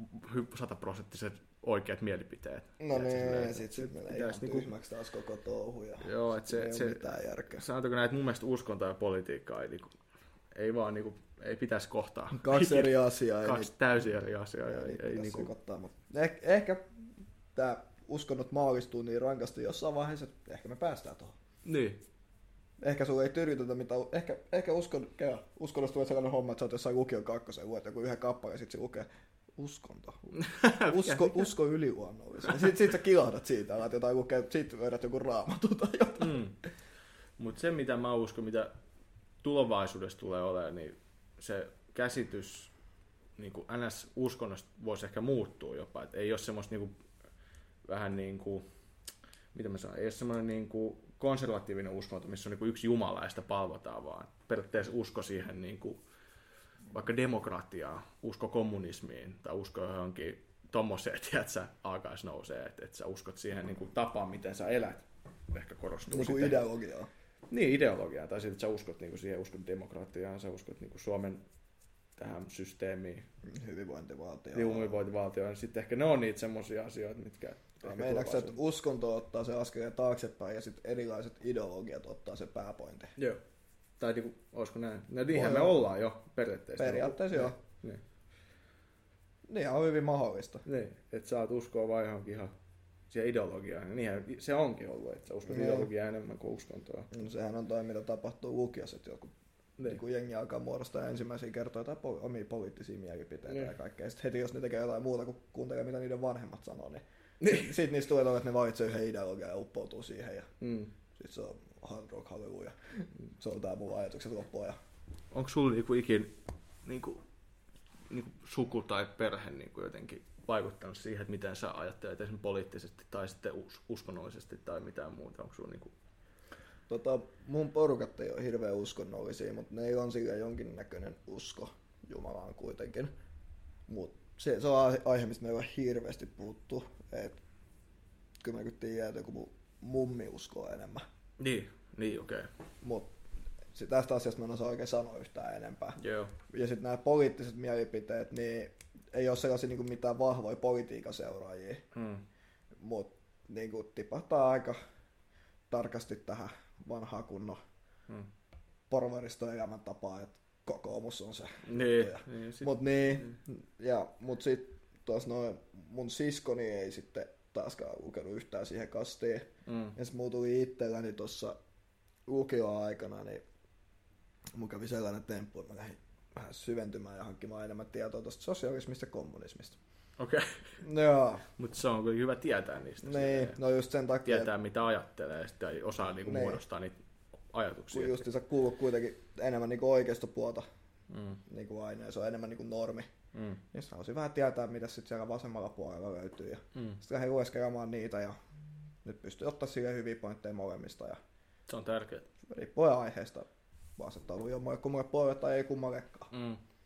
100% oikeat mielipiteet. No niin, sit menee ihan tyhmäksi taas koko touhu ja joo, et se ei ole mitään järkeä. Sanotaanko näin, että mun mielestä uskonto ja politiikka ei vaan niinku, ei pitäisi kohtaa. Kaksi eri asiaa. Kaksi täysin eri asiaa. Ei niinku sekoittaa, mutta ehkä tää uskonnot maalistuu niin rankasti jossain vaiheessa, että ehkä me päästään tuohon. Niin. Ehkä sulla ei tyrkytetä mitään. Ehkä uskonnosta tulee sellainen homma, että sä oot jossain lukion kakkosen, luet joku yhden kappaleen ja sit se lukee uskonto. Usko yliluonnollisen. Sitten sä kilahdat siitä, alat jotain lukea, sit löydät joku Raamattu tai jotain. Mutta se mitä mä uskon, mitä tulevaisuudessa tulee olemaan, niin se käsitys niin kuin NS-uskonnosta voisi ehkä muuttua jopa. Et ei ole semmoista niin kuin, vähän niin kuin, mitä mä sanon, ei ole semmoinen niin kuin konservatiivinen uskonto, missä on niin kuin yksi Jumala ja sitä palvotaan, vaan periaatteessa usko siihen niin kuin, vaikka demokratiaan, usko kommunismiin tai usko johonkin tommoseen, tiedätkö, alkaisi nousee, että sä uskot siihen niin kuin tapaan, miten sä elät, ehkä korostuu niin kuin ideologiaa. Niin, ideologiaa, tai sitten, että sä uskot niin kuin siihen, uskot demokratiaan, sä uskot niin kuin Suomen tähän systeemiin. Hyvinvointivaltioon. Sitten ehkä ne on niitä semmoisia asioita, mitkä... Meidätkö, että uskonto ottaa se askeleen taaksepäin ja sitten erilaiset ideologiat ottaa se pääpointti? Joo. Tai niinku, olisiko näin? No niinhän me ollaan jo periaatteessa. Periaatteessa joo. Niin. Niin on hyvin mahdollista. Niin, että saat uskoa vaan johonkin ihan siihen ideologiaan. Niinhän se onkin ollut, että sä uskot ideologiaa enemmän kuin uskontoa. No, sehän on toi, mitä tapahtuu lukiossa, että joku niin jengi alkaa muodostaa ensimmäisiä kertoja tai omia poliittisia mielipiteitä ja kaikkea. Sitten heti jos ne tekee jotain muuta kuin kuuntelee, mitä niiden vanhemmat sanoo, niin sitten niistä tulee, että ne valitsee yhden ideologian ja uppoutuu siihen. Ja sitten se on hard rock, halleluja. Se on tää mun ajatukset loppua. Ja... Onko sulla ikin suku tai perhe jotenkin vaikuttanut siihen, että miten sä ajattelet esimerkiksi poliittisesti tai sitten uskonnollisesti tai mitään muuta? Onko sulla mun porukat ei ole hirveän uskonnollisia, mutta ne on sillä jonkinnäköinen usko Jumalaan kuitenkin. Mut se on aihe, mistä me ei ole hirveästi puhuttu. Kyllä me tiedät, joku mun mummi uskoo enemmän. Niin okei. Mut tästä asiasta mä en osaa oikein sanoa yhtään enempää. Joo. Ja sitten nämä poliittiset mielipiteet, niin ei ole sellaisia niin mitään vahvoja politiikan seuraajia. Mut niin tipahtaa aika tarkasti tähän vanhaan kunnon porvaristoelämäntapaan, että kokoomus on se. Mut sit tuossa noin mun siskoni ei sitten taaskaan lukenut yhtään siihen kastiin. Ja sit mulla tuli itselläni tuossa lukioaikana, niin mun kävi sellainen temppu, että mä lähdin vähän syventymään ja hankkimaan enemmän tietoa tuosta sosialismista ja kommunismista. Okei. Joo. Mutta se on kyllä hyvä tietää niistä. Niin, no just sen takia. Tietää mitä ajattelee ja sitten osaa niinku muodostaa niitä ajatuksia. Kun just sä kuulut kuitenkin enemmän niinku oikeistopuolta niinku aina, se on enemmän niinku normi. Ja sitten haluaisin vähän tietää, mitä sitten siellä vasemmalla puolella löytyy. Ja sitten lähdin lueskelemaan niitä ja nyt pystyy ottaa siihen hyviä pointteja molemmista. Ja se on tärkeää. Riippuen aiheesta, vaan se on ollut jommalle kummalle puolelle tai ei kummallekaan.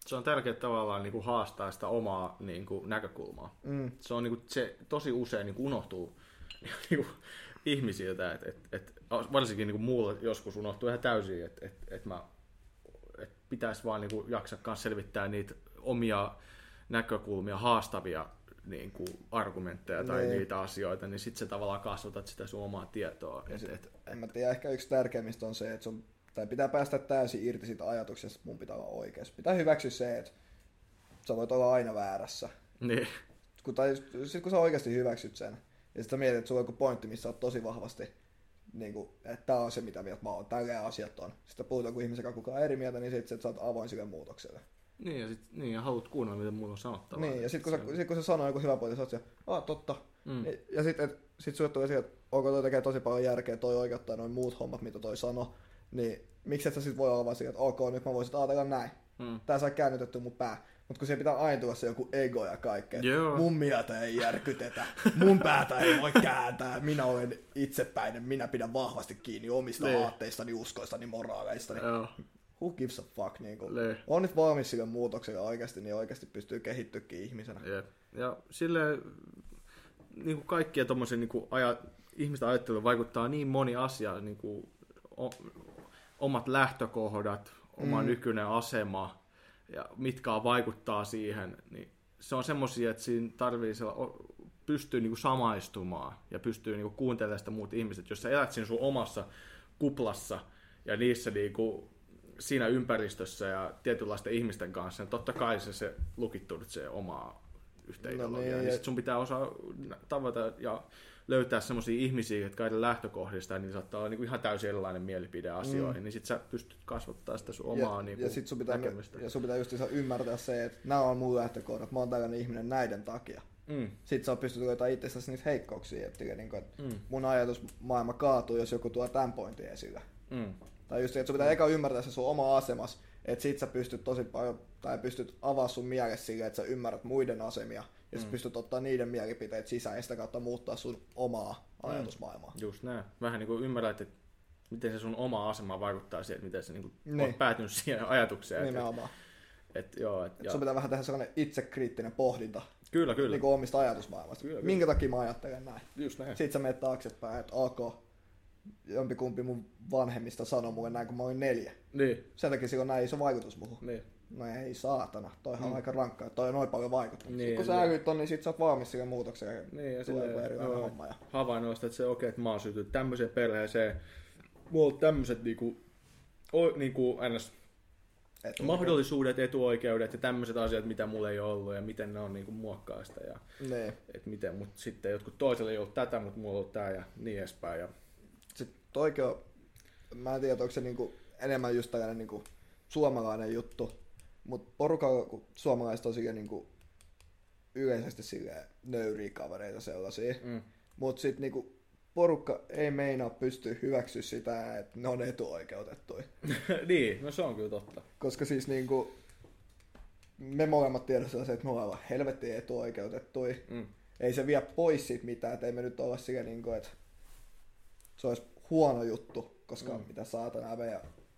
Se on tärkeää tavallaan niin kuin haastaa sitä omaa niin kuin näkökulmaa. Se on niin kuin, se tosi usein niin kuin unohtuu niin kuin ihmisiltä, että varsinkin niin kuin mulla joskus unohtuu ihan täysin, että pitäisi vaan niin kuin jaksaa kanssa selvittää niitä omia näkökulmia, haastavia niin kuin argumentteja tai niitä asioita, niin sitten se tavallaan kasvatat sitä sun omaa tietoa. En mä tiedä, ehkä yksi tärkeimmistä on se, että pitää päästä täysin irti siitä ajatuksesta, että mun pitää olla oikeassa. Pitää hyväksyä se, että sä voit olla aina väärässä. Niin. Sitten kun sä oikeasti hyväksyt sen, ja sitten mietit, että sulla on joku pointti, missä oot tosi vahvasti, niin kuin, että tää on se, mitä mieltä mä oon, tälleen asiat on. Sitten puhutaan kuin ihmisen kanssa kukaan eri mieltä, niin sitten sä oot avoin sille muutokselle. Niin, ja haluat kuunnella, mitä mulla on sanottavaa. Niin, ja sitten kun se sanoo joku hyvä pointti, sä oot siellä, totta. Ja sitten sulle tulee siihen, että onko toi tekee tosi paljon järkeä, toi oikeuttaa noin muut hommat, mitä toi sanoo, niin miksi et sä sit voi olla vaan siihen, että ok, nyt mä voisin ajatella näin. Tää saa käännytetty mun pää. Mutta kun siellä pitää aina tulla se joku ego ja kaikkea. Mun mieltä ei järkytetä, mun päätä ei voi kääntää, minä olen itsepäinen, minä pidän vahvasti kiinni omista aatteistani, uskoistani, moraaleistani. Who gives a fuck? Niin on nyt valmis sille muutokselle oikeasti, niin oikeasti pystyy kehittyykin ihmisenä. Ja silleen niin kuin kaikkia tommosia niin kuin ihmisten ajatteluun vaikuttaa niin moni asia, niin kuin omat lähtökohdat, oma nykyinen asema ja mitkä vaikuttaa siihen, niin se on semmosia, että siinä pystyy niin kuin samaistumaan ja pystyy niin kuin kuuntelemaan sitä muut ihmiset. Jos sä elät siinä sun omassa kuplassa ja niissä niin kuin siinä ympäristössä ja tietynlaisten ihmisten kanssa, niin totta kai se lukittunut se omaa yhteideologiaa. Niin sit sun pitää osaa tavata ja löytää semmoisia ihmisiä, jotka on lähtökohdista, niin saattaa olla niinku ihan täysin erilainen mielipide asioihin, niin sit sä pystyt kasvattaa sitä sun omaa niinku näkemystä. Ja sun pitää just ymmärtää se, että nämä on mun lähtökohdat, mä oon tällainen ihminen näiden takia. Sitten sä pystyt löytämään itsestäsi niitä heikkouksia, että mun ajatusmaailma kaatuu, jos joku tuo tämän pointin esille. Tai just, että sun pitää eka ymmärtää se sun oma asemas, että sit sä pystyt tosi paljon, tai pystyt avaa sun mielessä sille, että sä ymmärrät muiden asemia, ja sä pystyt ottaa niiden mielipiteet sisään, ja sitä kautta muuttaa sun omaa ajatusmaailmaa. Just näin. Vähän niin kuin ymmärrät, että miten se sun oma asema vaikuttaa siihen, että miten sä niin oot päätynyt siihen ajatukseen. Nimenomaan. Että sun pitää vähän tehdä sellainen itsekriittinen pohdinta. Kyllä. Niin kuin omista ajatusmaailmasta. Kyllä. Minkä takia mä ajattelen näin? Just näin. Sitten sä menet taaksepäin, että jompikumpi mun vanhemmista sanoi mulle näin, kun mä olin 4. Niin. Sen takia sillä on näin iso vaikutus muuhun. Niin. No ei saatana, toihan on aika rankkaa, toi on noin paljon vaikuttanut. Niin, kun sä älyt on, niin sit sä oot valmis sille muutokseen. Niin, ja tulee erilainen homma. Ja havainnoista, että se okei, että mä oon syntynyt tämmöiseen perheeseen. Mulla on tämmöiset niinku ns. Mahdollisuudet, etuoikeudet ja tämmöiset asiat, mitä mulla ei ole ollut ja miten ne on niinku muokkaa sitä. Ja et miten, mutta sitten jotkut toiselle ei ollut tätä, mutta mulla on ollut tää ja niin edespäin. Ja sitten toikin on, mä en tiedä, onko se niinku enemmän just tällainen niinku suomalainen juttu, mutta porukalla, kun suomalaiset on silleen niinku yleisesti silleen nöyriä kavereita sellaisia, mutta sitten niinku porukka ei meinaa pystyä hyväksyä sitä, että ne on etuoikeutettuja. Niin, no se on kyllä totta. Koska siis niinku me molemmat tiedostetaan se, että me ollaan helvettiin etuoikeutettuja. Ei se vie pois siitä mitään, että ei me nyt olla silleen niinku, että se olisi huono juttu, koska mitä saatana meidän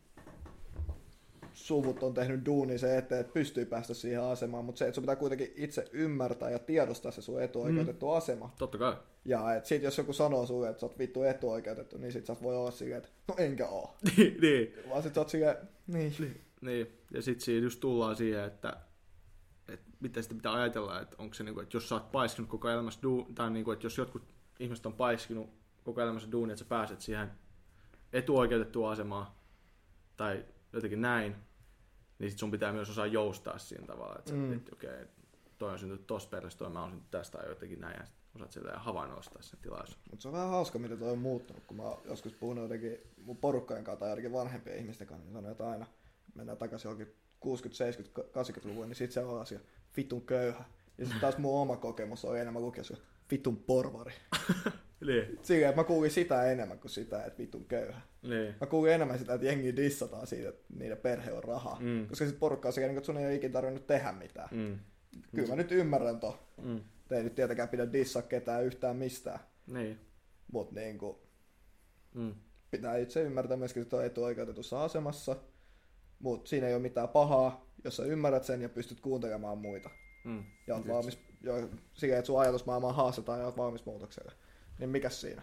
suvut on tehnyt duuni se eteen, että pystyy päästä siihen asemaan, mutta se, että sun pitää kuitenkin itse ymmärtää ja tiedostaa se sun etuoikeutettu asema. Totta kai. Ja et sit jos joku sanoo sulle, että sä oot vittu etuoikeutettu, niin sit sä voi olla silleen, että no enkä oo. Niin. Vaan sit sä oot silleen, niin. Ja sit siinä just tullaan siihen, että mitä sitten pitää ajatella, että onko se niinku, että jos sä oot paiskinut koko elämässä tai niinku, että jos jotkut ihmiset on paiskinut koko elämässä duunia, että sä pääset siihen etuoikeutettuun asemaan tai jotenkin näin, niin sit sun pitää myös osaa joustaa siinä tavalla, että okei, toi on syntynyt tossa perheessä, toi mä oon syntynyt tästä tai jotenkin näin, ja osaat silleen havainnoistaa sen tilaisuuden. Mutta se on vähän hauska, miten toi on muuttunut, kun mä oon joskus puhunut jotenkin mun porukkojen kanssa tai jotenkin vanhempien ihmisten kanssa, niin sanoo, että aina mennään takaisin johonkin 60-, 70-, 80-luvulle, niin sit se on asia vitun köyhä. Ja sit taas mun oma kokemus on enemmän lukea se vitun porvari. Niin. Silleen, että mä kuulin sitä enemmän kuin sitä, että vitun köyhä. Niin. Mä kuulin enemmän sitä, että jengi dissataan siitä, että niiden perhe on rahaa. Koska sit porukka on sekä, että sun ei ole ikinä tarvinnut tehdä mitään. Kyllä mä nyt ymmärrän ton. Ei nyt tietenkään pidä dissaa ketään yhtään mistään. Niin. Mut niinku pitää itse ymmärtää myöskin, että on etuoikeutetussa asemassa. Mutta siinä ei ole mitään pahaa, jos sä ymmärrät sen ja pystyt kuuntelemaan muita. Ja oot valmis, sillä että sun ajatusmaailmaa haastetaan ja oot valmis muutokselle. Niin mikäs siinä?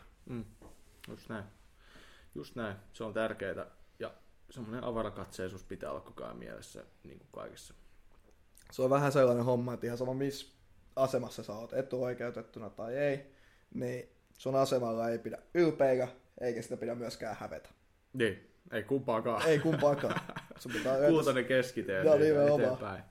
Just näin. Se on tärkeää. Ja semmoinen avarakatseisuus pitää olla koko ajan mielessä niin kuin kaikessa. Se on vähän sellainen homma, että ihan sama missä asemassa sä oot, etuoikeutettuna tai ei, niin sun asemalla ei pidä ylpeillä, eikä sitä pidä myöskään hävetä. Niin, ei kumpaakaan. Ei kumpaakaan. Sun pitää kultainen keskitie eteenpäin.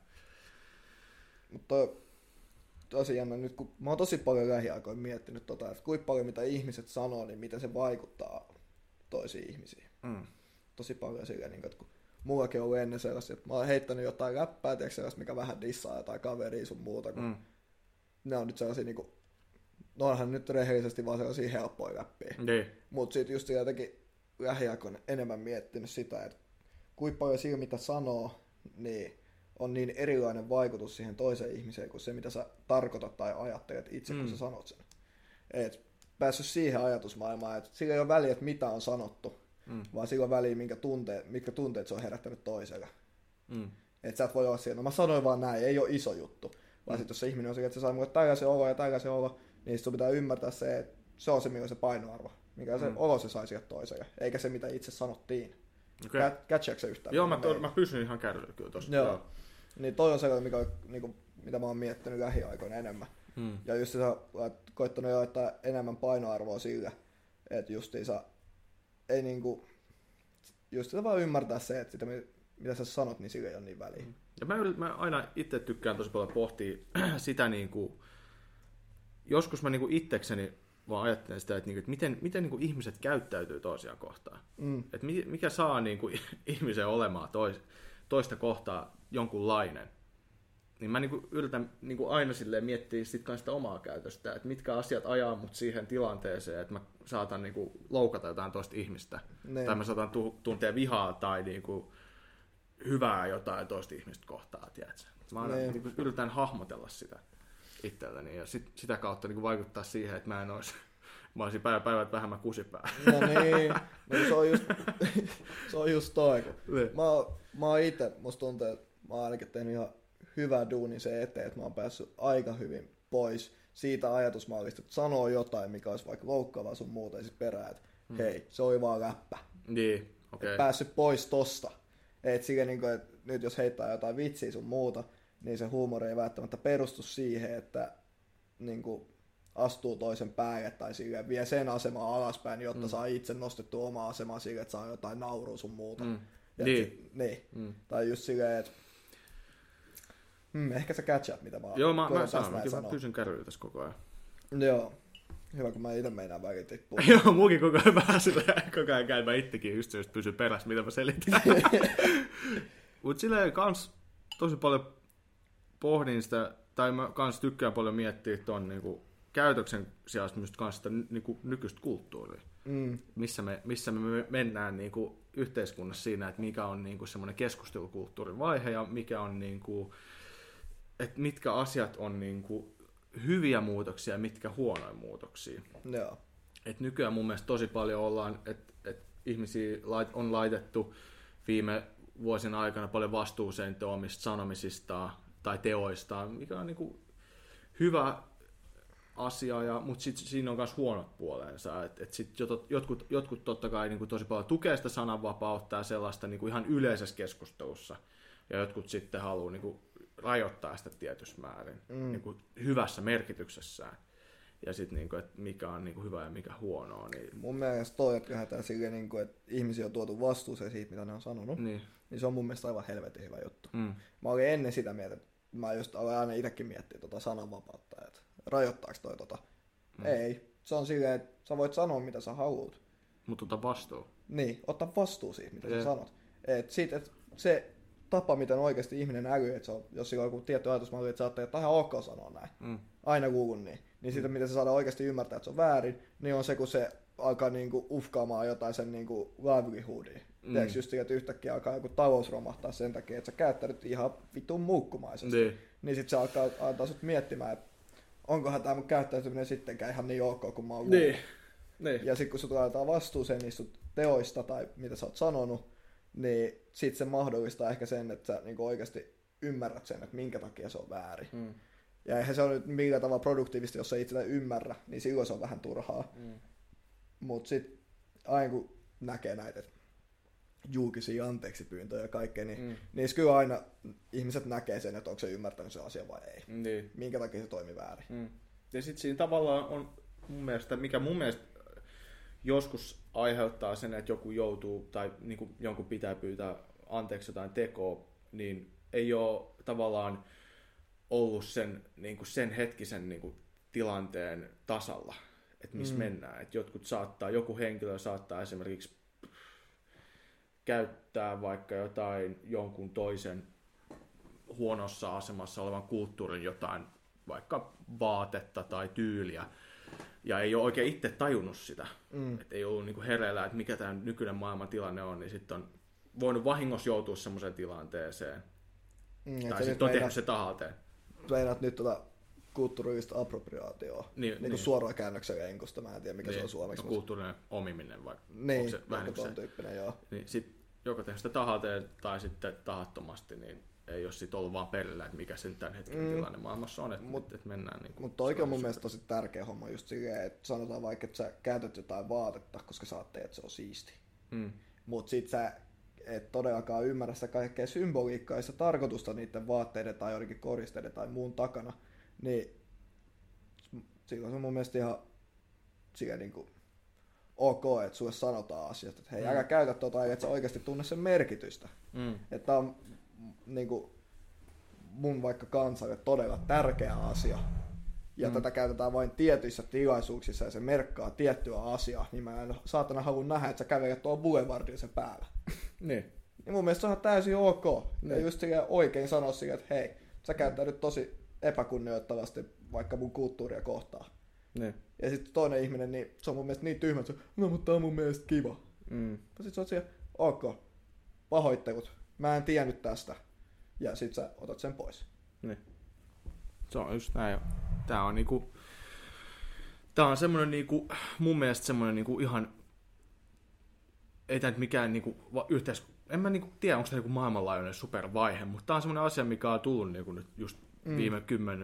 Mutta tosi jännä nyt, kun mä oon tosi paljon lähiaikoin miettinyt että kuinka paljon mitä ihmiset sanoo, niin miten se vaikuttaa toisiin ihmisiin. Tosi paljon silleen, että kun mullakin on ollut ennen sellaisia, että mä oon heittänyt jotain läppää, tiedätkö sellaista, mikä vähän dissaa jotain kaveria sun muuta, kun ne on nyt sellaisia niinku, no onhan nyt rehellisesti vaan sellaisia helppoja läppiä. Mutta sitten just jotenkin lähiaikoina enemmän miettinyt sitä, että kuinka paljon sillä mitä sanoo, niin on niin erilainen vaikutus siihen toiseen ihmiseen kuin se, mitä sä tarkoitat tai ajattelet itse, kun sä sanot sen. Et päässyt siihen ajatusmaailmaan, että sillä ei ole väliä, että mitä on sanottu, vaan sillä on väliä, mitkä tunteet se on herättänyt toiselle. Että sä et voi olla siellä, no mä sanoin vaan näin, ei ole iso juttu. Vaan sitten jos se ihminen on sillä, että se saa mulle tällaisen olo ja tällaisen olo, niin sit sun pitää ymmärtää se, että se on se, mikä se painoarvo. Mikä se olo se sai sieltä toiselle, eikä se, mitä itse sanottiin. Okay. Catchaako se yhtään? Joo, mä pysyn ihan kärryllä kyllä tosta. Joo. Niin toi on sellainen, mikä, niinku, mitä mä oon miettinyt lähiaikoina enemmän. Ja just sä oot koittanut laittaa enemmän painoarvoa sillä, että justiinsa ei niinku, just sitä vaan ymmärtää se, että sitä, mitä sä sanot, niin sillä ei ole niin väliä. Ja mä aina itse tykkään tosi paljon pohtia sitä niinku, joskus mä niinku itsekseni vaan ajattelen sitä, että miten niinku ihmiset käyttäytyy toisiaan kohtaan. Että mikä saa niinku ihmisen olemaan toista kohtaa jonkunlainen. Niin mä niinku yritän niinku aina silleen miettiä sitä omaa käytöstä, että mitkä asiat ajaa mut siihen tilanteeseen, että mä saatan niinku loukata jotain toista ihmistä. Tai mä saatan tuntea vihaa tai niinku hyvää jotain toista ihmistä kohtaa, tiedätkö? Mä aina niinku yritän hahmotella sitä itseltäni ja sitä kautta niinku vaikuttaa siihen, että mä olisin päivät vähemmän kusipää. No niin, se on just toi. Mä oon itse, musta tuntuu, että mä oon ainakin tehnyt ihan hyvää duunin sen eteen, että mä oon päässyt aika hyvin pois siitä ajatusmallista, että sanoo jotain, mikä olisi vaikka loukkaavaa sun muuta, ja sit perään, että hei, se oli vaan läppä. Niin, okei. Päässyt pois tosta. Et sille, niin kuin, että nyt jos heittää jotain vitsiä sun muuta, niin se huumori ei välttämättä perustu siihen, että niin kuin, astuu toisen päälle tai silleen, vie sen asemaa alaspäin, jotta saa itse nostettua omaa asemaa silleen, että saa jotain naurua sun muuta. Tai just silleen, että ehkä sä catchat, mitä mä pysyn kärryillä tässä koko ajan. Joo. Hyvä, kun mä itse meinaan väliin tippua. Joo, muukin koko ajan vähän silleen, koko ajan käyn, mä itsekin just pysyn perässä, mitä mä selitän. Mut silleen kans tosi paljon pohdin sitä, tai mä kans tykkään paljon miettiä ton niinku käytöksen sijasta myös kans sitä niinku nykyistä kulttuuria. Missä me mennään niinku yhteiskunnassa siinä, että mikä on niinku semmoinen keskustelukulttuurin vaihe ja mikä on niinku, että mitkä asiat on niinku hyviä muutoksia ja mitkä huonoja muutoksia. Joo. Et nykyään mun mielestä tosi paljon ollaan, että ihmisiä on laitettu viime vuosina aikana paljon vastuuseen omista sanomisistaan tai teoistaan, mikä on niinku hyvä asia, mutta sitten siinä on myös huonot puolensa. Et sit jotkut totta kai niinku tosi paljon tukee sitä sananvapautta ja sellaista niinku ihan yleisessä keskustelussa, ja jotkut sitten haluaa niinku rajoittaa sitä tietyssä määrin niinku hyvässä merkityksessään. Ja sitten niinku, että mikä on niinku hyvä ja mikä huonoa. Niin mun mielestä toi, että lähdetään silleen, niinku, että ihmisiä on tuotu vastuuseen siitä, mitä ne on sanonut, niin se on mun mielestä aivan helvetin hyvä juttu. Mä olin ennen sitä mieltä, että mä just aloin aina itsekin miettiä sananvapautta, että rajoittaako toi Ei. Se on silleen, että sä voit sanoa, mitä sä haluat. Mutta ota vastuu. Niin, ottaa vastuu siitä, mitä sä sanot. Et se tapa, miten oikeasti ihminen älyy, että jos sillä on joku tietty ajatusmalli, että sä ajattelet, että ihan ok sanoa näin. Aina kuulun niin siitä, miten se saadaan oikeasti ymmärtää, että se on väärin, niin on se, kun se alkaa niinku ufkaamaan jotain sen niinku livelihoodia. Tiedätkö just sillä, että yhtäkkiä alkaa joku talous romahtaa sen takia, että sä käyttänyt ihan vitun muukkumaisesti. Niin sit se alkaa antaa sut miettimään, että onkohan tää mun käyttäytyminen sittenkään ihan niin ok, kun mä oon kuullut. Ja sit kun sut laitetaan vastuuseen niistä teoista tai mitä sä oot sanonut, niin sit se mahdollistaa ehkä sen, että sä niinku oikeasti ymmärrät sen, että minkä takia se on väärin. Ja eihän se ole nyt millä tavalla produktiivista, jos sä itse ymmärrä, niin silloin se on vähän turhaa. Mut sit aina kun näkee näitä julkisia anteeksipyyntöjä ja kaikkea, niin niissä kyllä aina ihmiset näkee sen, että onko se ymmärtänyt se asia vai ei. Niin. Minkä takia se toimi väärin. Ja sitten siinä tavallaan on mun mielestä, mikä mun mielestä joskus aiheuttaa sen, että joku joutuu tai niin kuin jonkun pitää pyytää anteeksi jotain tekoa, niin ei ole tavallaan ollut sen, niin kuin sen hetkisen niin kuin tilanteen tasalla, että missä mennään. Että joku henkilö saattaa esimerkiksi käyttää vaikka jonkun toisen huonossa asemassa olevan kulttuurin jotain, vaikka vaatetta tai tyyliä, ja ei ole oikein itse tajunnut sitä. Että ei ollut niinku hereillä, että mikä tämä nykyinen maailman tilanne on, niin sitten on voinut vahingossa joutua semmoiseen tilanteeseen. Tai sitten on tehnyt se tahalteen. Meinaat nyt kulttuurista appropriaatioa, niin suoraan käännöksellä enkusta, mä en tiedä mikä se on suomeksi. Kulttuurinen omiminen vai niin, onko se vähän niin kuin tyyppinen, joo. Niin sit joko tehnyt sitä tahalteen tai sitten tahattomasti, niin ei ole sit ollut vaan perillä, että mikä sen tämän hetken tilanne maailmassa on, että mennään niin kuin... Mutta oikein on mun mielestä tosi tärkeä homma just silleen, että sanotaan vaikka, että sä käytät jotain vaatetta, koska sä ajattelet, että se on siisti. Mutta sit sä et todellakaan ymmärrä sitä kaikkea symboliikkaa ja sitä tarkoitusta niiden vaatteiden tai joidenkin koristeiden tai muun takana, niin silloin se on mun mielestä ihan silleen niinku ok, että sulle sanotaan asiat, että hei, älä käytä tota, että sä oikeasti tunne sen merkitystä. Että on niinku mun vaikka kansalle todella tärkeä asia, ja tätä käytetään vain tietyissä tilaisuuksissa, ja se merkkaa tiettyä asiaa, niin mä en saatana halua nähdä, että sä kävelet tuolla boulevardilla sen päällä. Niin. Ja mun mielestä se on täysin ok. Ja just oikein sanoa sille, että hei, sä käyttäydyt tosi epäkunnioittavasti vaikka mun kulttuuria kohtaan. Niin. Ja sitten toinen ihminen, niin se on mun mielestä niin tyhmä, että no mutta tää on mun mielestä kiva. Ja sit sä oot siellä, ok, pahoittelut, mä en tiennyt tästä. Ja sit sä otat sen pois. Niin. Se on just näin. Tää on niinku... Tää on semmonen niinku, mun mielestä semmonen niinku ihan... Ei tää nyt mikään niinku en mä niinku tiedä, onko tää niinku maailmanlaajuinen supervaihe, mutta tää on semmonen asia, mikä on tullut niinku nyt just viime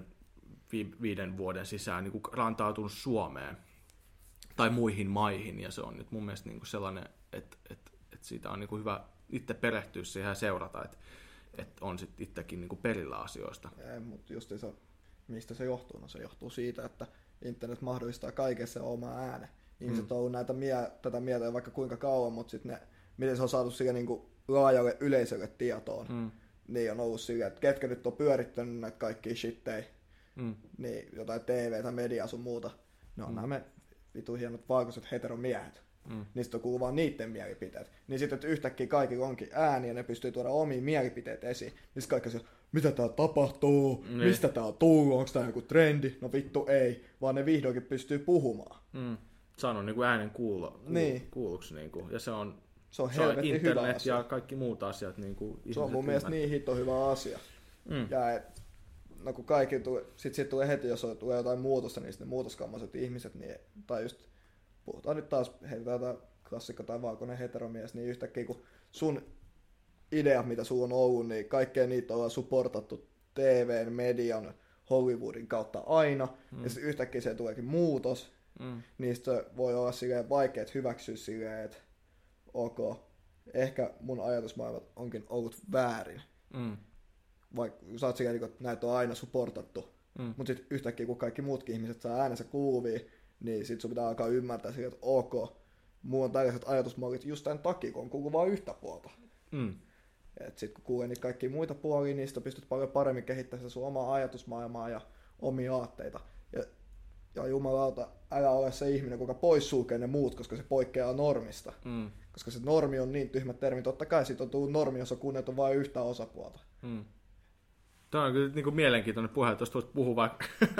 5 vuoden sisään niinku rantautunut Suomeen tai muihin maihin, ja se on nyt mun mielestä niinku sellainen, että siitä on niinku hyvä itse perehtyä siihen ja seurata, että on sitten itsekin niinku perillä asioista. Mutta just se, mistä se johtuu? No se johtuu siitä, että internet mahdollistaa kaikessa oma ääne. Ihmiset on ollut tätä mieltä vaikka kuinka kauan, mutta sitten miten se on saatu siihen niinku laajalle yleisölle tietoon, niin on ollut silleen, että ketkä nyt on pyörittänyt näitä kaikkia shittejä, niin jotain TV:tä, mediaa sun muuta, ne on nämä vitu hienot valkoiset heteromiehet. Niistä on kuuluu vaan niiden mielipiteet. Niin sitten, että yhtäkkiä kaikilla onkin ääni ja ne pystyy tuoda omia mielipiteet esiin. Niin sitten kaikki sanoo, mitä tää tapahtuu, mistä tää on tullut, onko tää joku trendi? No vittu ei, vaan ne vihdoinkin pystyy puhumaan. Sano niin kuin äänen kuulluksi. Niin kuin. Ja se on helvetin hyvä asia. Internet ja kaikki muut asiat. Niin kuin se on mun mielestä niin hito hyvä asia. Ja no kun kaikki sit tulee heti, jos tulee jotain muutosta, niin sitten ne muutoskammaiset ihmiset, niin, tai just puhutaan nyt taas, heitetään jotain klassikko tai valkoinen heteromies, niin yhtäkkiä kun sun ideat, mitä sulla on ollut, niin kaikkea niitä ollaan supportattu TVn, median, Hollywoodin kautta aina, ja sitten yhtäkkiä se tuleekin muutos, niin sitten voi olla silleen vaikeet hyväksyä silleen, että ok, ehkä mun ajatusmaailmat onkin ollut väärin. Vaikka sä oot silleen, että näitä on aina supportattu, mutta sitten yhtäkkiä kun kaikki muutkin ihmiset saa äänensä kuuluviin, niin sit sun pitää alkaa ymmärtää silleen, että ok, mulla on tällaiset ajatusmallit just tämän takia, kun on kuullut vaan yhtä puolta. Et sit kun kuulee niitä kaikkia muita puolia, niin sitä pystyt paljon paremmin kehittämään sitä sun omaa ajatusmaailmaa ja omia aatteita. Ja jumalauta, älä ole se ihminen, joka poissulkee ne muut, koska se poikkeaa normista. Koska se normi on niin tyhmä termi. Totta kai siitä on tullut normi, jossa kunnioitu vain yhtä osapuolta. Tämä on kyllä niin mielenkiintoinen puhe, että tuosta voisi puhua vaikka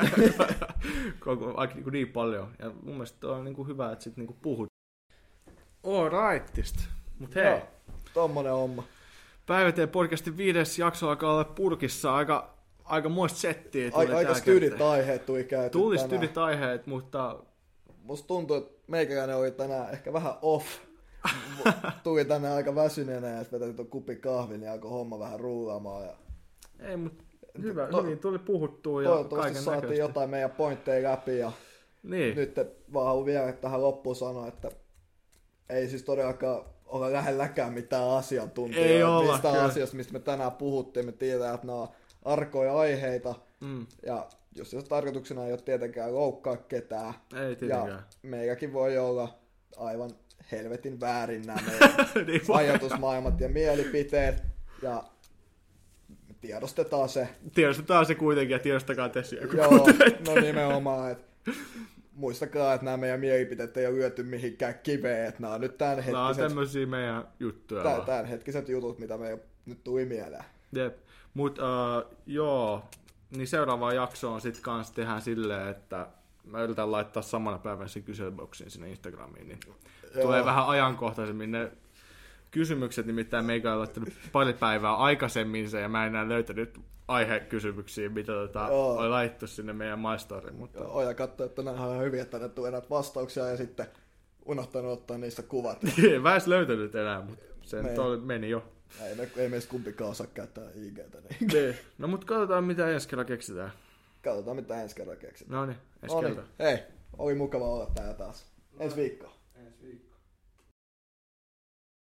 niin paljon. Ja mun mielestä on niin hyvä, että sitten niin puhut. All rightist. Mut hei. Joo, tommonen homma. Päiväteen podcastin 5. jakso alkaa olla purkissa. Aika muista settiä. Aika stydit aiheet tuli käyty Tuli stydit aiheet, mutta... Musta tuntuu, että meikäläinen oli tänään ehkä vähän off. tuli tänne aika väsyneenä ja sitten vetätin tuon kupin kahvin ja alkoi homma vähän rullaamaan. Ja... Ei, mutta hyvin tuli puhuttua ja toivottavasti saatiin jotain meidän pointteja läpi ja niin. Nyt vaan haluan vielä tähän loppuun sanoa, että ei siis todellakaan olla lähelläkään mitään asiantuntijoita mistä asioista, mistä me tänään puhuttiin. Me tiedetään, että nämä on arkoja aiheita ja jos se tarkoituksena ei ole tietenkään loukkaa ketään. Ei tietenkään. Ja meilläkin voi olla aivan helvetin väärin nämä meidän niin ajatusmaailmat ja mielipiteet ja tiedostetaan se. Tiedostetaan se kuitenkin ja tiedostakaa te siellä. Joo, no nimenomaan, että muistakaa, että nämä meidän mielipiteet ei ole lyöty mihinkään kiveen, että nämä on nyt tämänhetkiset... Nämä on tämmöisiä meidän juttuja. Tämänhetkiset jutut, mitä me nyt tuli mieleen. Jep, mutta joo, niin seuraava jakso on sitten kanssa tehdään silleen, että mä yritän laittaa samana päivänä sen kyselyboksiin sinne Instagramiin, niin tulee vähän ajankohtaisemmin ne kysymykset, nimittäin meikä on laittanut pari päivää aikaisemmin se, ja mä en enää löytänyt aihekysymyksiä, mitä oli laittu sinne meidän MyStoryin. Mutta... Oja katsoi, että nämä on hyviä, että ne tulee näitä vastauksia, ja sitten unohtanut ottaa niistä kuvat. Mä edes löytänyt enää, mutta se meni jo. Ei meistä kumpikaan osaa käyttää IGtä. Niin. No mutta katsotaan, mitä ensi kerran keksitään. Katsotaan, mitä ensi kerran keksitään. No niin, ensi kerran. Hei, oli mukava olla täällä taas. Ensi viikkoa.